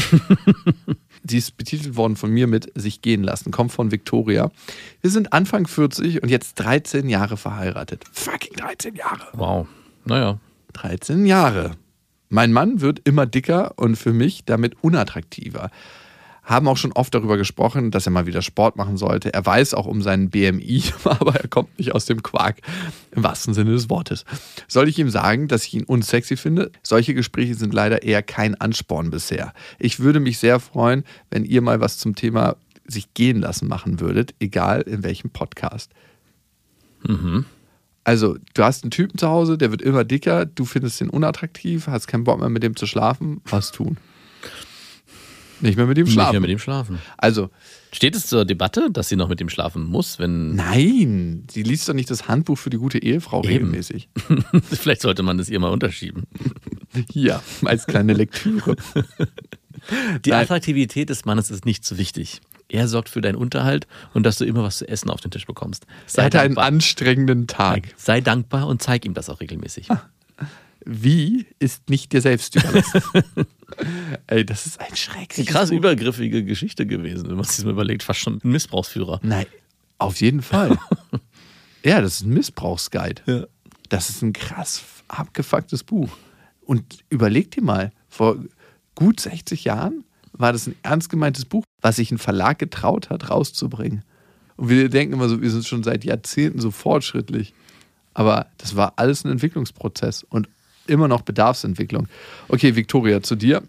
Die ist betitelt worden von mir mit Sich gehen lassen, kommt von Victoria. Wir sind Anfang vierzig und jetzt dreizehn Jahre verheiratet. Fucking dreizehn Jahre. Wow, naja. dreizehn Jahre. Mein Mann wird immer dicker und für mich damit unattraktiver. Haben auch schon oft darüber gesprochen, dass er mal wieder Sport machen sollte. Er weiß auch um seinen B M I, aber er kommt nicht aus dem Quark, im wahrsten Sinne des Wortes. Soll ich ihm sagen, dass ich ihn unsexy finde? Solche Gespräche sind leider eher kein Ansporn bisher. Ich würde mich sehr freuen, wenn ihr mal was zum Thema sich gehen lassen machen würdet, egal in welchem Podcast. Mhm. Also, du hast einen Typen zu Hause, der wird immer dicker, du findest den unattraktiv, hast keinen Bock mehr mit dem zu schlafen, was tun? Nicht mehr mit ihm schlafen. Nicht mehr mit ihm schlafen. Also, steht es zur Debatte, dass sie noch mit ihm schlafen muss, wenn... Nein, sie liest doch nicht das Handbuch für die gute Ehefrau Eben. regelmäßig. Vielleicht sollte man das ihr mal unterschieben. Ja, als kleine Lektüre. Die Nein. Attraktivität des Mannes ist nicht so wichtig. Er sorgt für deinen Unterhalt und dass du immer was zu essen auf den Tisch bekommst. Sei Er hatte einen dankbar. anstrengenden Tag. Sei dankbar und zeig ihm das auch regelmäßig. Wie ist nicht dir selbst überlassen. Ey, das ist ein schreckliches Krass Buch. übergriffige Geschichte gewesen, wenn man sich das mal überlegt. Fast schon ein Missbrauchsführer. Nein, auf jeden Fall. Ja, das ist ein Missbrauchsguide. Ja. Das ist ein krass abgefucktes Buch. Und überleg dir mal, vor gut sechzig Jahren war das ein ernst gemeintes Buch, was sich ein Verlag getraut hat, rauszubringen. Und wir denken immer so, wir sind schon seit Jahrzehnten so fortschrittlich. Aber das war alles ein Entwicklungsprozess und immer noch Bedarfsentwicklung. Okay, Victoria, zu dir.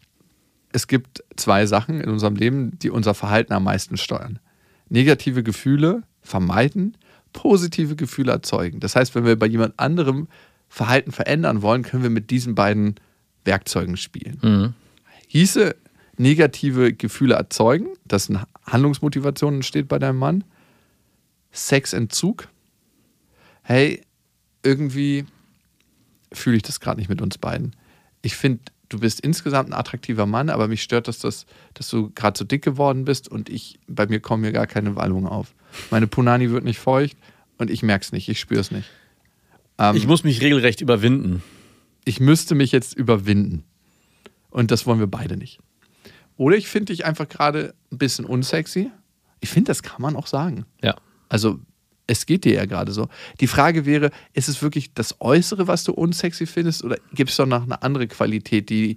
Es gibt zwei Sachen in unserem Leben, die unser Verhalten am meisten steuern. Negative Gefühle vermeiden, positive Gefühle erzeugen. Das heißt, wenn wir bei jemand anderem Verhalten verändern wollen, können wir mit diesen beiden Werkzeugen spielen. Mhm. Hieße negative Gefühle erzeugen, dass eine Handlungsmotivation entsteht bei deinem Mann. Sexentzug. Hey, irgendwie fühle ich das gerade nicht mit uns beiden. Ich finde, du bist insgesamt ein attraktiver Mann, aber mich stört das, dass, dass du gerade so dick geworden bist und ich, bei mir kommen hier gar keine Wallungen auf. Meine Punani wird nicht feucht und ich merke es nicht, ich spüre es nicht. Ähm, Ich muss mich regelrecht überwinden. ich müsste mich jetzt überwinden. Und das wollen wir beide nicht. Oder ich finde dich einfach gerade ein bisschen unsexy. Ich finde, das kann man auch sagen. Ja. Also, es geht dir ja gerade so. Die Frage wäre, ist es wirklich das Äußere, was du unsexy findest, oder gibt es doch noch eine andere Qualität, die,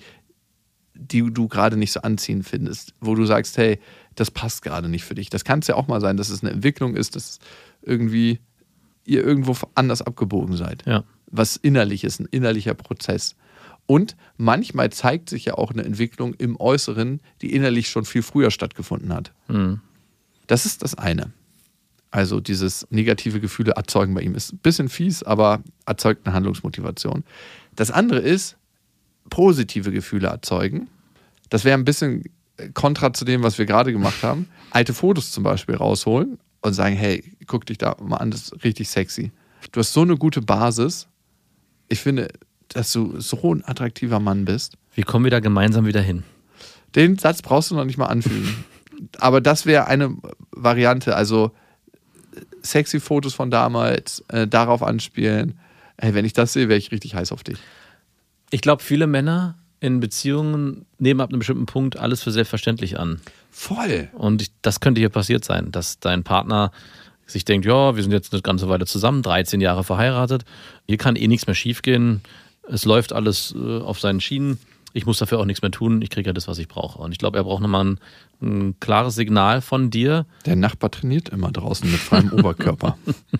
die du gerade nicht so anziehend findest, wo du sagst, hey, das passt gerade nicht für dich. Das kann es ja auch mal sein, dass es eine Entwicklung ist, dass irgendwie ihr irgendwo anders abgebogen seid. Ja. Was innerlich ist, ein innerlicher Prozess. Und manchmal zeigt sich ja auch eine Entwicklung im Äußeren, die innerlich schon viel früher stattgefunden hat. Mhm. Das ist das eine. Also dieses negative Gefühle erzeugen bei ihm ist ein bisschen fies, aber erzeugt eine Handlungsmotivation. Das andere ist positive Gefühle erzeugen. Das wäre ein bisschen kontra zu dem, was wir gerade gemacht haben. Alte Fotos zum Beispiel rausholen und sagen, hey, guck dich da mal an, das ist richtig sexy. Du hast so eine gute Basis. Ich finde, dass du so ein attraktiver Mann bist. Wir kommen wieder gemeinsam wieder hin. Den Satz brauchst du noch nicht mal anfügen. Aber das wäre eine Variante, also sexy Fotos von damals, äh, darauf anspielen. Hey, wenn ich das sehe, wäre ich richtig heiß auf dich. Ich glaube, viele Männer in Beziehungen nehmen ab einem bestimmten Punkt alles für selbstverständlich an. Voll. Und ich, das könnte hier passiert sein, dass dein Partner sich denkt, ja, wir sind jetzt eine ganze Weile zusammen, dreizehn Jahre verheiratet, hier kann eh nichts mehr schiefgehen, es läuft alles äh, auf seinen Schienen, ich muss dafür auch nichts mehr tun, ich kriege ja das, was ich brauche. Und ich glaube, er braucht nochmal ein, ein klares Signal von dir. Der Nachbar trainiert immer draußen mit freiem Oberkörper.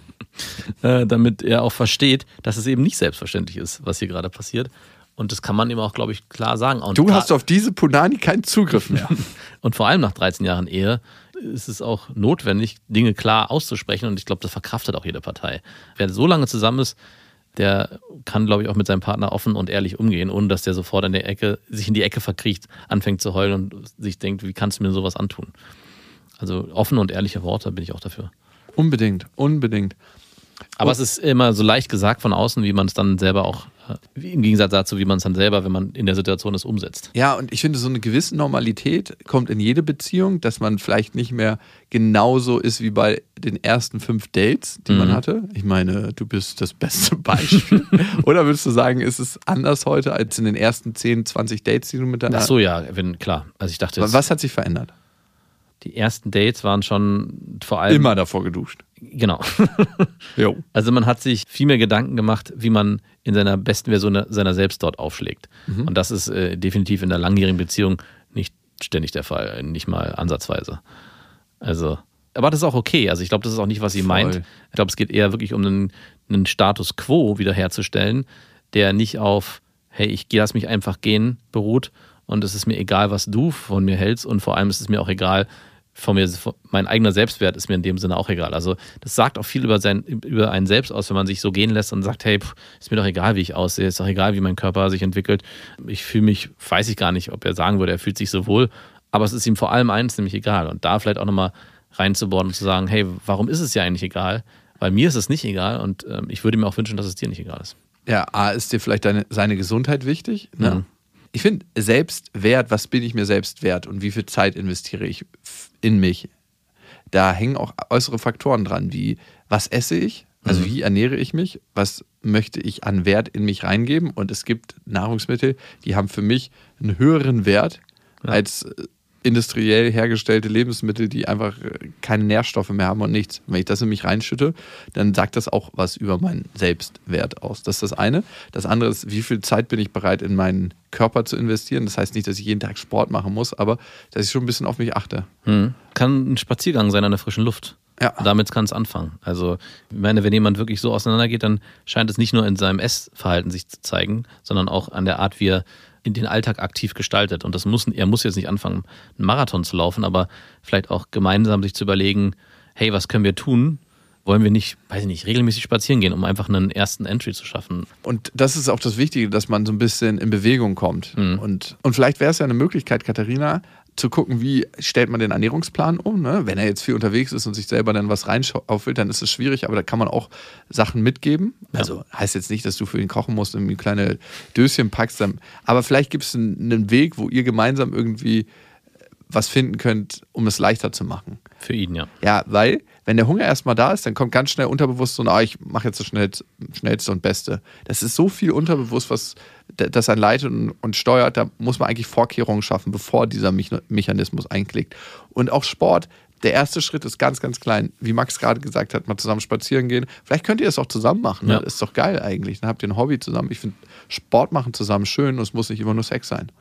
äh, damit er auch versteht, dass es eben nicht selbstverständlich ist, was hier gerade passiert. Und das kann man ihm auch, glaube ich, klar sagen. Und Du hast auf diese Punani keinen Zugriff mehr. Und vor allem nach dreizehn Jahren Ehe ist es auch notwendig, Dinge klar auszusprechen. Und ich glaube, das verkraftet auch jede Partei. Wer so lange zusammen ist, der kann, glaube ich, auch mit seinem Partner offen und ehrlich umgehen, ohne dass der sofort in der Ecke, sich in die Ecke verkriecht, anfängt zu heulen und sich denkt, wie kannst du mir sowas antun? Also offen und ehrliche Worte bin ich auch dafür. Unbedingt, unbedingt. Aber es ist immer so leicht gesagt von außen, wie man es dann selber auch, im Gegensatz dazu, wie man es dann selber, wenn man in der Situation ist, umsetzt. Ja, und ich finde, so eine gewisse Normalität kommt in jede Beziehung, dass man vielleicht nicht mehr genauso ist wie bei den ersten fünf Dates, die Mhm. man hatte. Ich meine, du bist das beste Beispiel. Oder würdest du sagen, ist es anders heute als in den ersten zehn, zwanzig Dates, die du mit deiner... Ach so, ja, wenn, klar. Also ich dachte, Was hat sich verändert? die ersten Dates waren schon vor allem... Immer davor geduscht. Genau. Jo. Also man hat sich viel mehr Gedanken gemacht, wie man in seiner besten Version seiner selbst dort aufschlägt. Mhm. Und das ist äh, definitiv in der langjährigen Beziehung nicht ständig der Fall, nicht mal ansatzweise. Also, aber das ist auch okay. Also ich glaube, das ist auch nicht, was sie Voll. meint. Ich glaube, es geht eher wirklich um einen, einen Status quo wiederherzustellen, der nicht auf, hey, ich lass mich einfach gehen, beruht und es ist mir egal, was du von mir hältst und vor allem ist es mir auch egal, von mir, mein eigener Selbstwert ist mir in dem Sinne auch egal. Also das sagt auch viel über, sein, über einen selbst aus, wenn man sich so gehen lässt und sagt, hey, pff, ist mir doch egal, wie ich aussehe, ist doch egal, wie mein Körper sich entwickelt. Ich fühle mich, weiß ich gar nicht, ob er sagen würde, er fühlt sich so wohl, aber es ist ihm vor allem eins, nämlich egal. Und da vielleicht auch nochmal reinzubohren und zu sagen, hey, warum ist es ja eigentlich egal? Weil mir ist es nicht egal und ähm, ich würde mir auch wünschen, dass es dir nicht egal ist. Ja, A, ist dir vielleicht deine, seine Gesundheit wichtig? Ne? Mhm. Ich finde, Selbstwert, was bin ich mir selbst wert und wie viel Zeit investiere ich in mich? Da hängen auch äußere Faktoren dran, wie was esse ich, also Mhm. wie ernähre ich mich, was möchte ich an Wert in mich reingeben, und es gibt Nahrungsmittel, die haben für mich einen höheren Wert Ja. als industriell hergestellte Lebensmittel, die einfach keine Nährstoffe mehr haben und nichts. Wenn ich das in mich reinschütte, dann sagt das auch was über meinen Selbstwert aus. Das ist das eine. Das andere ist, wie viel Zeit bin ich bereit, in meinen Körper zu investieren. Das heißt nicht, dass ich jeden Tag Sport machen muss, aber dass ich schon ein bisschen auf mich achte. Mhm. Kann ein Spaziergang sein an der frischen Luft. Ja. Damit kann es anfangen. Also, ich meine, wenn jemand wirklich so auseinandergeht, dann scheint es nicht nur in seinem Essverhalten sich zu zeigen, sondern auch an der Art, wie er in den Alltag aktiv gestaltet. Und das muss, er muss jetzt nicht anfangen, einen Marathon zu laufen, aber vielleicht auch gemeinsam sich zu überlegen, hey, was können wir tun? Wollen wir nicht, weiß ich nicht, regelmäßig spazieren gehen, um einfach einen ersten Entry zu schaffen? Und das ist auch das Wichtige, dass man so ein bisschen in Bewegung kommt. Mhm. Und, und vielleicht wäre es ja eine Möglichkeit, Katharina, zu gucken, wie stellt man den Ernährungsplan um. Ne? Wenn er jetzt viel unterwegs ist und sich selber dann was reinschaufelt, dann ist es schwierig, aber da kann man auch Sachen mitgeben. Ja. Also heißt jetzt nicht, dass du für ihn kochen musst und ihm kleine Döschen packst. Dann, aber vielleicht gibt es einen, einen Weg, wo ihr gemeinsam irgendwie was finden könnt, um es leichter zu machen. Für ihn, ja. Ja, weil, wenn der Hunger erstmal da ist, dann kommt ganz schnell unterbewusst so ein, ah, ich mache jetzt das schnellste, schnellste und Beste. Das ist so viel unterbewusst, was das einen leitet und, und steuert. Da muss man eigentlich Vorkehrungen schaffen, bevor dieser Me- Mechanismus einklickt. Und auch Sport, der erste Schritt ist ganz, ganz klein. Wie Max gerade gesagt hat, mal zusammen spazieren gehen. Vielleicht könnt ihr es auch zusammen machen. Ne? Ja. Das ist doch geil eigentlich. Dann habt ihr ein Hobby zusammen. Ich finde Sport machen zusammen schön und es muss nicht immer nur Sex sein.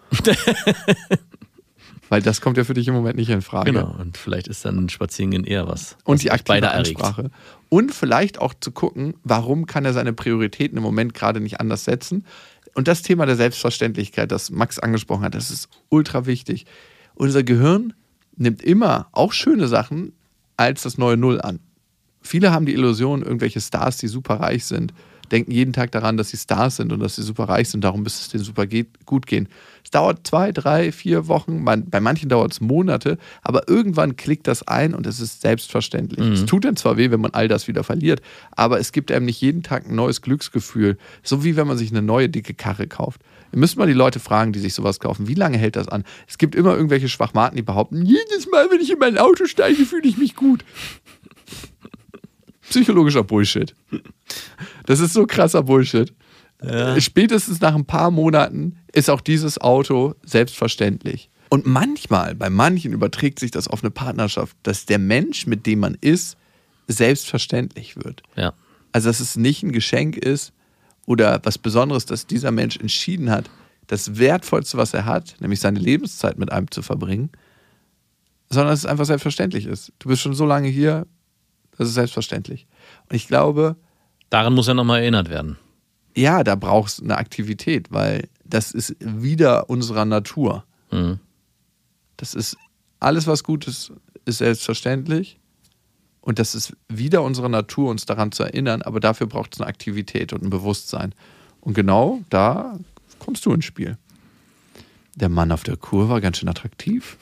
Weil das kommt ja für dich im Moment nicht in Frage. Genau. Und vielleicht ist dann ein Spazierengehen eher was. Und was die euch aktive beide erregt. Ansprache. Und vielleicht auch zu gucken, warum kann er seine Prioritäten im Moment gerade nicht anders setzen. Und das Thema der Selbstverständlichkeit, das Max angesprochen hat, das ist ultra wichtig. Unser Gehirn nimmt immer auch schöne Sachen als das neue Null an. Viele haben die Illusion, irgendwelche Stars, die super reich sind, denken jeden Tag daran, dass sie Stars sind und dass sie super reich sind, darum müsste es denen super geht, gut gehen. Es dauert zwei, drei, vier Wochen, man, bei manchen dauert es Monate, aber irgendwann klickt das ein und es ist selbstverständlich. Mhm. Es tut dann zwar weh, wenn man all das wieder verliert, aber es gibt einem nicht jeden Tag ein neues Glücksgefühl, so wie wenn man sich eine neue dicke Karre kauft. Ihr müsst mal die Leute fragen, die sich sowas kaufen, wie lange hält das an? Es gibt immer irgendwelche Schwachmaten, die behaupten, jedes Mal, wenn ich in mein Auto steige, fühle ich mich gut. Psychologischer Bullshit. Das ist so krasser Bullshit. Ja. Spätestens nach ein paar Monaten ist auch dieses Auto selbstverständlich. Und manchmal, bei manchen überträgt sich das auf eine Partnerschaft, dass der Mensch, mit dem man ist, selbstverständlich wird. Ja. Also, dass es nicht ein Geschenk ist oder was Besonderes, dass dieser Mensch entschieden hat, das Wertvollste, was er hat, nämlich seine Lebenszeit mit einem zu verbringen, sondern dass es einfach selbstverständlich ist. Du bist schon so lange hier, das ist selbstverständlich. Und ich glaube, daran muss er nochmal erinnert werden. Ja, da brauchst du eine Aktivität, weil das ist wieder unserer Natur. Mhm. Das ist, alles was gut ist, ist selbstverständlich. Und das ist wieder unserer Natur, uns daran zu erinnern, aber dafür braucht es eine Aktivität und ein Bewusstsein. Und genau da kommst du ins Spiel. Der Mann auf der Kur war ganz schön attraktiv.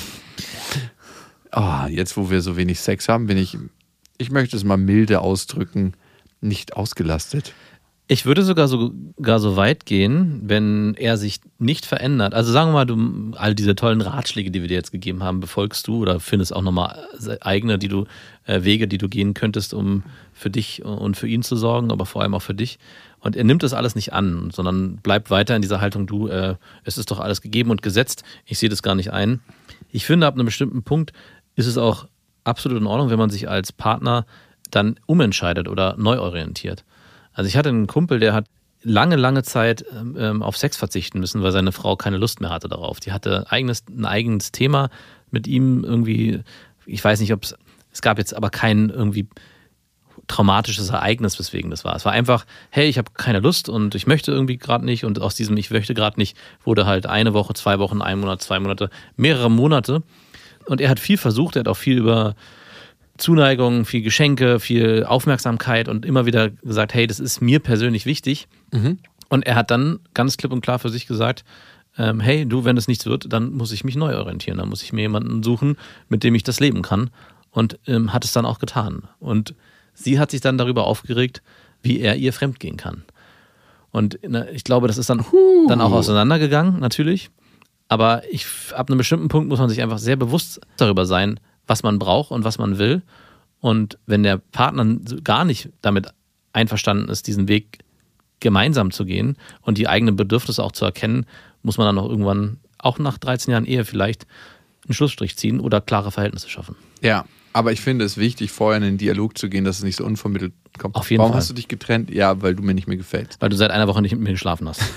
Oh, jetzt, wo wir so wenig Sex haben, bin ich, ich möchte es mal milde ausdrücken, nicht ausgelastet. Ich würde sogar so, sogar so weit gehen, wenn er sich nicht verändert. Also sagen wir mal, du all diese tollen Ratschläge, die wir dir jetzt gegeben haben, befolgst du oder findest auch nochmal eigene, die du äh, Wege, die du gehen könntest, um für dich und für ihn zu sorgen, aber vor allem auch für dich. Und er nimmt das alles nicht an, sondern bleibt weiter in dieser Haltung, du, äh, es ist doch alles gegeben und gesetzt. Ich sehe das gar nicht ein. Ich finde, ab einem bestimmten Punkt ist es auch absolut in Ordnung, wenn man sich als Partner dann umentscheidet oder neu orientiert. Also ich hatte einen Kumpel, der hat lange, lange Zeit ähm, auf Sex verzichten müssen, weil seine Frau keine Lust mehr hatte darauf. Die hatte eigenes, ein eigenes Thema mit ihm irgendwie, ich weiß nicht, ob es, es gab jetzt aber kein irgendwie traumatisches Ereignis, weswegen das war. Es war einfach, hey, ich habe keine Lust und ich möchte irgendwie gerade nicht und aus diesem ich möchte gerade nicht wurde halt eine Woche, zwei Wochen, ein Monat, zwei Monate, mehrere Monate. Und er hat viel versucht, er hat auch viel über Zuneigung, viel Geschenke, viel Aufmerksamkeit und immer wieder gesagt, hey, das ist mir persönlich wichtig. Mhm. Und er hat dann ganz klipp und klar für sich gesagt, ähm, hey, du, wenn es nichts wird, dann muss ich mich neu orientieren, dann muss ich mir jemanden suchen, mit dem ich das leben kann. Und ähm, hat es dann auch getan. Und sie hat sich dann darüber aufgeregt, wie er ihr fremdgehen kann. Und ne, ich glaube, das ist dann, uh. dann auch auseinandergegangen, natürlich. Aber ich, ab einem bestimmten Punkt muss man sich einfach sehr bewusst darüber sein, was man braucht und was man will. Und wenn der Partner gar nicht damit einverstanden ist, diesen Weg gemeinsam zu gehen und die eigenen Bedürfnisse auch zu erkennen, muss man dann auch irgendwann, auch nach dreizehn Jahren Ehe vielleicht, einen Schlussstrich ziehen oder klare Verhältnisse schaffen. Ja, aber ich finde es wichtig, vorher in den Dialog zu gehen, dass es nicht so unvermittelt kommt. Auf jeden Warum Fall. hast du dich getrennt? Ja, weil du mir nicht mehr gefällst. Weil du seit einer Woche nicht mit mir geschlafen hast.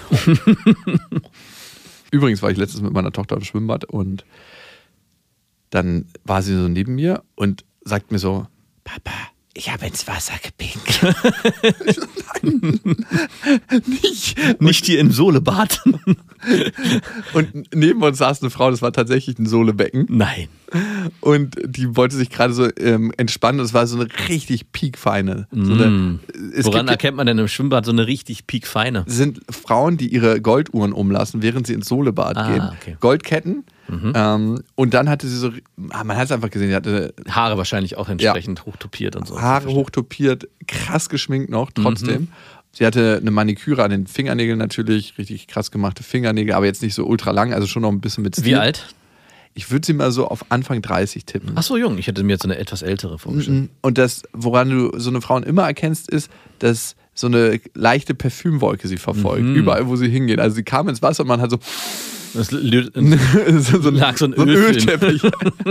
Übrigens war ich letztens mit meiner Tochter im Schwimmbad und dann war sie so neben mir und sagt mir so, Papa, ich habe ins Wasser gepinkelt. Ich so, nein, nicht. Nicht hier im Sohlebad. Und neben uns saß eine Frau, das war tatsächlich ein Sohlebecken. Nein. Und die wollte sich gerade so ähm, entspannen. Das war so eine richtig piekfeine. So eine, mm. Woran erkennt man denn im Schwimmbad so eine richtig piekfeine? Sind Frauen, die ihre Golduhren umlassen, während sie ins Sohlebad ah, gehen. Okay. Goldketten. Mhm. Ähm, und dann hatte sie so, man hat es einfach gesehen, sie hatte Haare wahrscheinlich auch entsprechend ja. hochtopiert und so. Haare hochtopiert, krass geschminkt noch, trotzdem. Mhm. Sie hatte eine Maniküre an den Fingernägeln natürlich, richtig krass gemachte Fingernägel, aber jetzt nicht so ultra lang, also schon noch ein bisschen mit Stil. Wie alt? Ich würde sie mal so auf Anfang dreißig tippen. Ach so, jung. Ich hätte mir jetzt so eine etwas ältere vorgestellt. Und das, woran du so eine Frau immer erkennst, ist, dass so eine leichte Parfümwolke sie verfolgt, mhm. überall, wo sie hingeht. Also sie kam ins Wasser und man hat so... Das so, so lag so ein, so ein Ölteppich.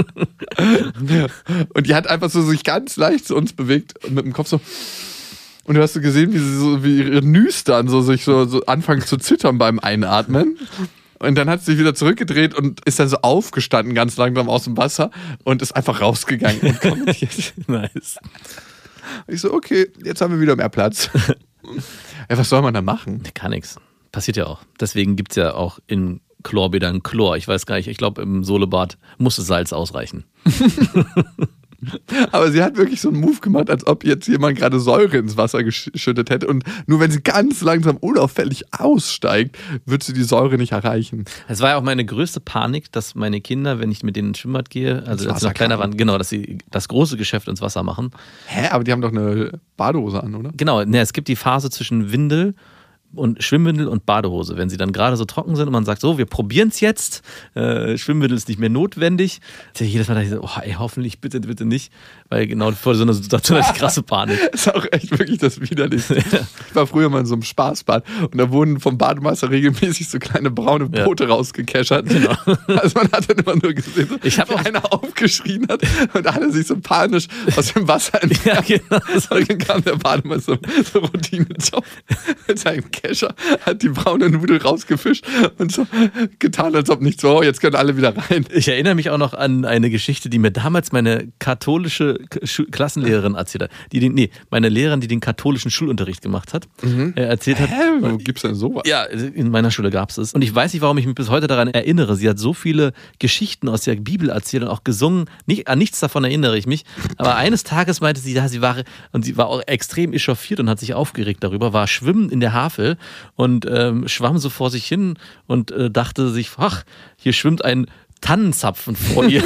Und die hat einfach so sich ganz leicht zu uns bewegt und mit dem Kopf so... Und du hast so gesehen, wie sie so, wie ihre Nüstern so sich so, so anfangen zu zittern beim Einatmen. Und dann hat sie sich wieder zurückgedreht und ist dann so aufgestanden, ganz langsam aus dem Wasser und ist einfach rausgegangen und kommentiert. Nice. Ich so, okay, jetzt haben wir wieder mehr Platz. Ja, was soll man da machen? Kann nix. Passiert ja auch. Deswegen gibt es ja auch in Chlorbädern Chlor. Ich weiß gar nicht, ich glaube, im Sohlebad muss das Salz ausreichen. Aber sie hat wirklich so einen Move gemacht, als ob jetzt jemand gerade Säure ins Wasser geschüttet hätte. Und nur wenn sie ganz langsam unauffällig aussteigt, wird sie die Säure nicht erreichen. Es war ja auch meine größte Panik, dass meine Kinder, wenn ich mit denen ins Schwimmbad gehe, also als sie noch kleiner waren, genau, dass sie das große Geschäft ins Wasser machen. Hä? Aber die haben doch eine Badehose an, oder? Genau, ne, es gibt die Phase zwischen Windel und Schwimmwindel und Badehose, wenn sie dann gerade so trocken sind und man sagt, so, wir probieren es jetzt, äh, Schwimmwindel ist nicht mehr notwendig. Jedes Mal dachte ich so, oh, ey, hoffentlich bitte, bitte nicht, weil genau vor so einer Situation hatte ich krasse Panik. Das ist auch echt wirklich das Widerlichste. Ich war früher mal in so einem Spaßbad und da wurden vom Bademeister regelmäßig so kleine braune Boote ja. rausgekeschert. Genau. Also man hat dann immer nur gesehen, so, ich wie auch einer aufgeschrien hat und alle sich so panisch aus dem Wasser entfernt. Ja, genau. Und dann kam der Bademeister so Routinejob mit seinem Kescher, hat die braune Nudel rausgefischt und so getan, als ob nichts war. Oh, jetzt können alle wieder rein. Ich erinnere mich auch noch an eine Geschichte, die mir damals meine katholische Klassenlehrerin erzählt hat. Die den, nee, meine Lehrerin, die den katholischen Schulunterricht gemacht hat, mhm. erzählt hat. Hä? Wo gibt's denn sowas? Ja, in meiner Schule gab es es. Und ich weiß nicht, warum ich mich bis heute daran erinnere. Sie hat so viele Geschichten aus der Bibel erzählt und auch gesungen. Nicht, an nichts davon erinnere ich mich. Aber eines Tages meinte sie, ja, sie war, und sie war auch extrem echauffiert und hat sich aufgeregt darüber, war schwimmen in der Havel und ähm, schwamm so vor sich hin und äh, dachte sich, ach, hier schwimmt ein Tannenzapfen vor ihr.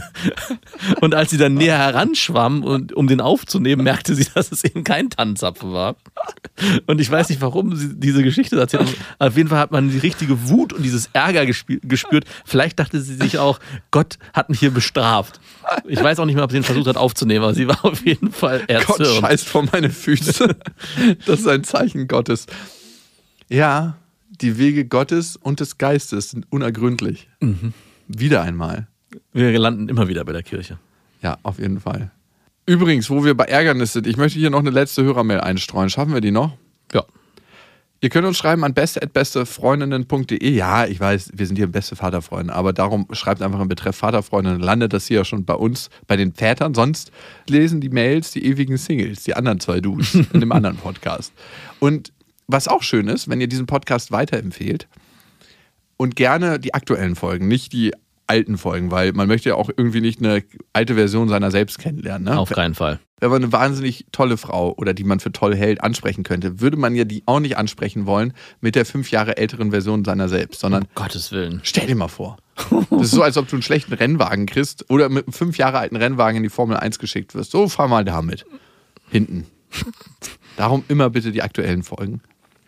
Und als sie dann näher heranschwamm, und, um den aufzunehmen, merkte sie, dass es eben kein Tannenzapfen war. Und ich weiß nicht, warum sie diese Geschichte erzählt. Auf jeden Fall hat man die richtige Wut und dieses Ärger gespürt. Vielleicht dachte sie sich auch, Gott hat mich hier bestraft. Ich weiß auch nicht mehr, ob sie ihn versucht hat aufzunehmen, aber sie war auf jeden Fall erzürnt. Gott scheißt vor meine Füße. Das ist ein Zeichen Gottes. Ja, die Wege Gottes und des Geistes sind unergründlich. Mhm. Wieder einmal. Wir landen immer wieder bei der Kirche. Ja, auf jeden Fall. Übrigens, wo wir bei Ärgernis sind, ich möchte hier noch eine letzte Hörermail einstreuen. Schaffen wir die noch? Ja. Ihr könnt uns schreiben an beste at bestefreundinnen punkt de. Ja, ich weiß, wir sind hier beste Vaterfreunde, aber darum schreibt einfach im Betreff Vaterfreundinnen, landet das hier ja schon bei uns, bei den Vätern. Sonst lesen die Mails die ewigen Singles, die anderen zwei Dudes in dem anderen Podcast. Und was auch schön ist, wenn ihr diesen Podcast weiterempfehlt und gerne die aktuellen Folgen, nicht die alten Folgen, weil man möchte ja auch irgendwie nicht eine alte Version seiner selbst kennenlernen. Ne? Auf keinen Fall. Wenn man eine wahnsinnig tolle Frau oder die man für toll hält, ansprechen könnte, würde man ja die auch nicht ansprechen wollen mit der fünf Jahre älteren Version seiner selbst, sondern um Gottes Willen. Stell dir mal vor. Das ist so, als ob du einen schlechten Rennwagen kriegst oder mit einem fünf Jahre alten Rennwagen in die Formel eins geschickt wirst. So, fahr mal damit. Hinten. Darum immer bitte die aktuellen Folgen.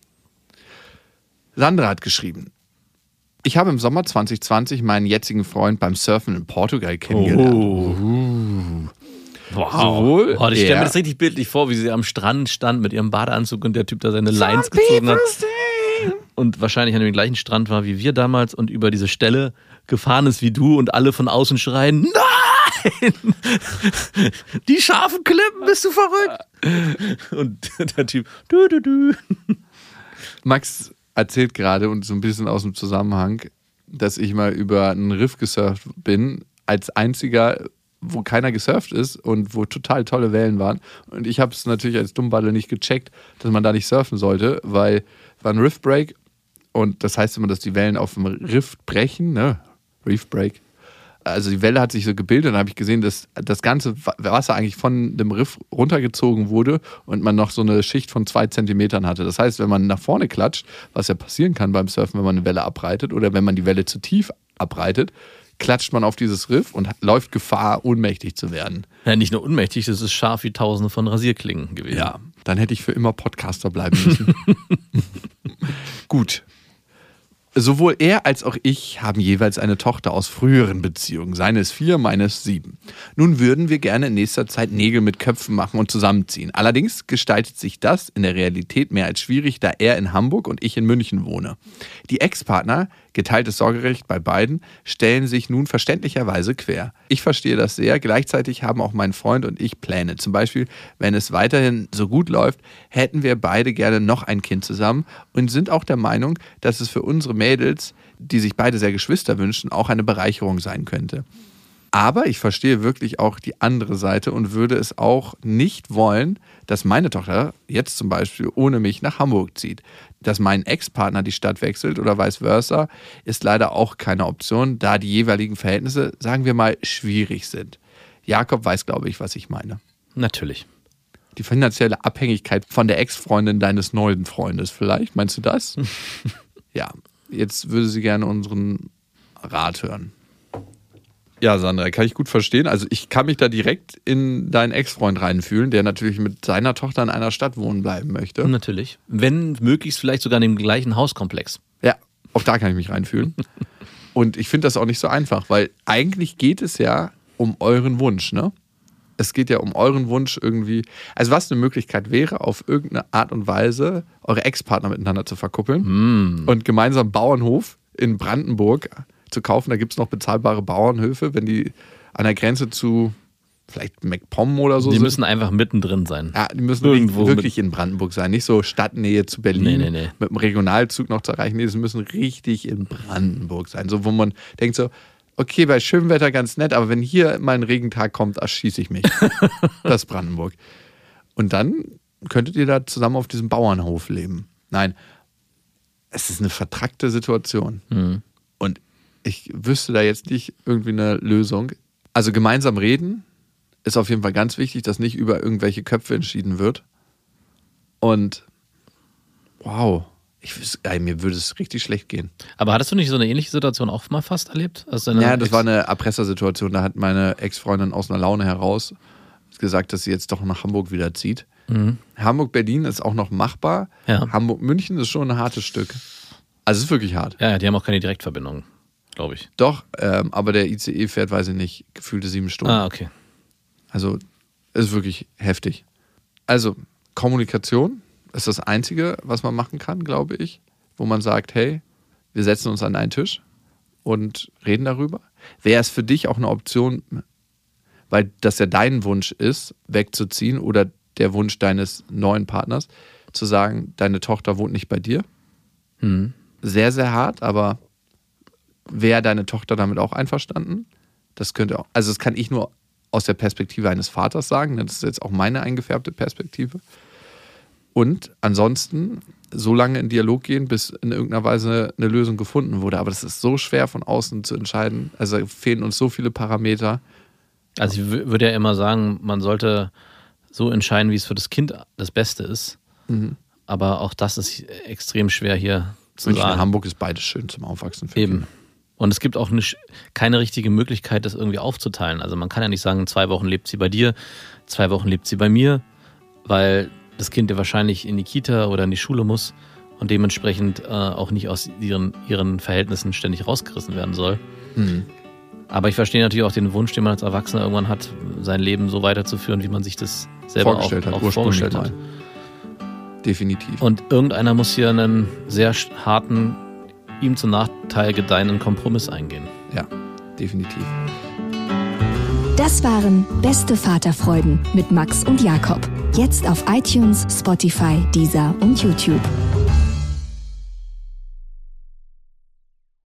Sandra hat geschrieben: Ich habe im Sommer zwanzig zwanzig meinen jetzigen Freund beim Surfen in Portugal kennengelernt. Oh. Wow. Sowohl Oh, ich stelle er- mir das richtig bildlich vor, wie sie am Strand stand mit ihrem Badeanzug und der Typ da seine Lines gezogen hat. Und wahrscheinlich an dem gleichen Strand war wie wir damals und über diese Stelle gefahren ist wie du und alle von außen schreien: Nein! Die scharfen Klippen, bist du verrückt? Und der Typ, du, du, du. Max erzählt gerade und so ein bisschen aus dem Zusammenhang, dass ich mal über einen Riff gesurft bin, als einziger, wo keiner gesurft ist und wo total tolle Wellen waren. Und ich habe es natürlich als Dummbaddel nicht gecheckt, dass man da nicht surfen sollte, weil war ein Riff Break und das heißt immer, dass die Wellen auf dem Riff brechen, ne? Reef Break. Also die Welle hat sich so gebildet und dann habe ich gesehen, dass das ganze Wasser eigentlich von dem Riff runtergezogen wurde und man noch so eine Schicht von zwei Zentimetern hatte. Das heißt, wenn man nach vorne klatscht, was ja passieren kann beim Surfen, wenn man eine Welle abreitet oder wenn man die Welle zu tief abreitet, klatscht man auf dieses Riff und läuft Gefahr, ohnmächtig zu werden. Ja, nicht nur unmächtig, das ist scharf wie tausende von Rasierklingen gewesen. Ja, dann hätte ich für immer Podcaster bleiben müssen. Gut. Sowohl er als auch ich haben jeweils eine Tochter aus früheren Beziehungen. Seine ist vier, meine ist sieben. Nun würden wir gerne in nächster Zeit Nägel mit Köpfen machen und zusammenziehen. Allerdings gestaltet sich das in der Realität mehr als schwierig, da er in Hamburg und ich in München wohne. Die Ex-Partner, geteiltes Sorgerecht bei beiden, stellen sich nun verständlicherweise quer. Ich verstehe das sehr. Gleichzeitig haben auch mein Freund und ich Pläne. Zum Beispiel, wenn es weiterhin so gut läuft, hätten wir beide gerne noch ein Kind zusammen und sind auch der Meinung, dass es für unsere Mädels, die sich beide sehr Geschwister wünschen, auch eine Bereicherung sein könnte. Aber ich verstehe wirklich auch die andere Seite und würde es auch nicht wollen, dass meine Tochter jetzt zum Beispiel ohne mich nach Hamburg zieht. Dass mein Ex-Partner die Stadt wechselt oder vice versa, ist leider auch keine Option, da die jeweiligen Verhältnisse, sagen wir mal, schwierig sind. Jakob weiß, glaube ich, was ich meine. Natürlich. Die finanzielle Abhängigkeit von der Ex-Freundin deines neuen Freundes vielleicht, meinst du das? Ja, jetzt würde sie gerne unseren Rat hören. Ja, Sandra, kann ich gut verstehen. Also ich kann mich da direkt in deinen Ex-Freund reinfühlen, der natürlich mit seiner Tochter in einer Stadt wohnen bleiben möchte. Natürlich. Wenn möglichst vielleicht sogar in dem gleichen Hauskomplex. Ja, auch da kann ich mich reinfühlen. Und ich finde das auch nicht so einfach, weil eigentlich geht es ja um euren Wunsch, ne? Es geht ja um euren Wunsch irgendwie, also was eine Möglichkeit wäre, auf irgendeine Art und Weise eure Ex-Partner miteinander zu verkuppeln Mm. und gemeinsam einen Bauernhof in Brandenburg zu kaufen. Da gibt es noch bezahlbare Bauernhöfe, wenn die an der Grenze zu vielleicht MacPom oder so Die sind. müssen einfach mittendrin sein. Ja, die müssen Irgendwo wirklich in Brandenburg sein. Nicht so Stadtnähe zu Berlin Nee, nee, nee. mit dem Regionalzug noch zu erreichen. Nee, sie müssen richtig in Brandenburg sein. So, wo man denkt so, okay, bei schönem Wetter ganz nett, aber wenn hier mal ein Regentag kommt, erschieße ich mich. Das ist Brandenburg. Und dann könntet ihr da zusammen auf diesem Bauernhof leben. Nein, es ist eine vertrackte Situation. Mhm. Und ich wüsste da jetzt nicht irgendwie eine Lösung. Also gemeinsam reden ist auf jeden Fall ganz wichtig, dass nicht über irgendwelche Köpfe entschieden wird. Und wow, ich, ey, mir würde es richtig schlecht gehen. Aber hattest du nicht so eine ähnliche Situation auch mal fast erlebt? Also deine Ja, das Ex- war eine Erpressersituation. Da hat meine Ex-Freundin aus einer Laune heraus gesagt, dass sie jetzt doch nach Hamburg wieder zieht. Mhm. Hamburg-Berlin ist auch noch machbar. Ja. Hamburg-München ist schon ein hartes Stück. Also es ist wirklich hart. Ja, ja, die haben auch keine Direktverbindung, glaube ich. Doch, ähm, aber der I C E fährt, weiß ich nicht, gefühlte sieben Stunden. Ah, okay. Also es ist wirklich heftig. Also Kommunikation ist das Einzige, was man machen kann, glaube ich. Wo man sagt, hey, wir setzen uns an einen Tisch und reden darüber. Wäre es für dich auch eine Option, weil das ja dein Wunsch ist, wegzuziehen oder der Wunsch deines neuen Partners, zu sagen, deine Tochter wohnt nicht bei dir? Hm. Sehr, sehr hart, aber wäre deine Tochter damit auch einverstanden? Das könnte auch, also das kann ich nur aus der Perspektive eines Vaters sagen, das ist jetzt auch meine eingefärbte Perspektive. Und ansonsten so lange in Dialog gehen, bis in irgendeiner Weise eine Lösung gefunden wurde. Aber das ist so schwer von außen zu entscheiden. Also fehlen uns so viele Parameter. Also ich w- würde ja immer sagen, man sollte so entscheiden, wie es für das Kind das Beste ist. Mhm. Aber auch das ist extrem schwer hier zu München sagen. und Hamburg ist beides schön zum Aufwachsen. Für Eben. Kinder. Und es gibt auch eine, keine richtige Möglichkeit, das irgendwie aufzuteilen. Also man kann ja nicht sagen, zwei Wochen lebt sie bei dir, zwei Wochen lebt sie bei mir, weil das Kind ja wahrscheinlich in die Kita oder in die Schule muss und dementsprechend äh, auch nicht aus ihren, ihren Verhältnissen ständig rausgerissen werden soll. Mhm. Aber ich verstehe natürlich auch den Wunsch, den man als Erwachsener irgendwann hat, sein Leben so weiterzuführen, wie man sich das selber vorgestellt auch, hat, auch vorgestellt mal. hat. Definitiv. Und irgendeiner muss hier einen sehr harten, ihm zum Nachteil gedeihenden Kompromiss eingehen. Ja, definitiv. Das waren Beste Vaterfreuden mit Max und Jakob. Jetzt auf iTunes, Spotify, Deezer und YouTube.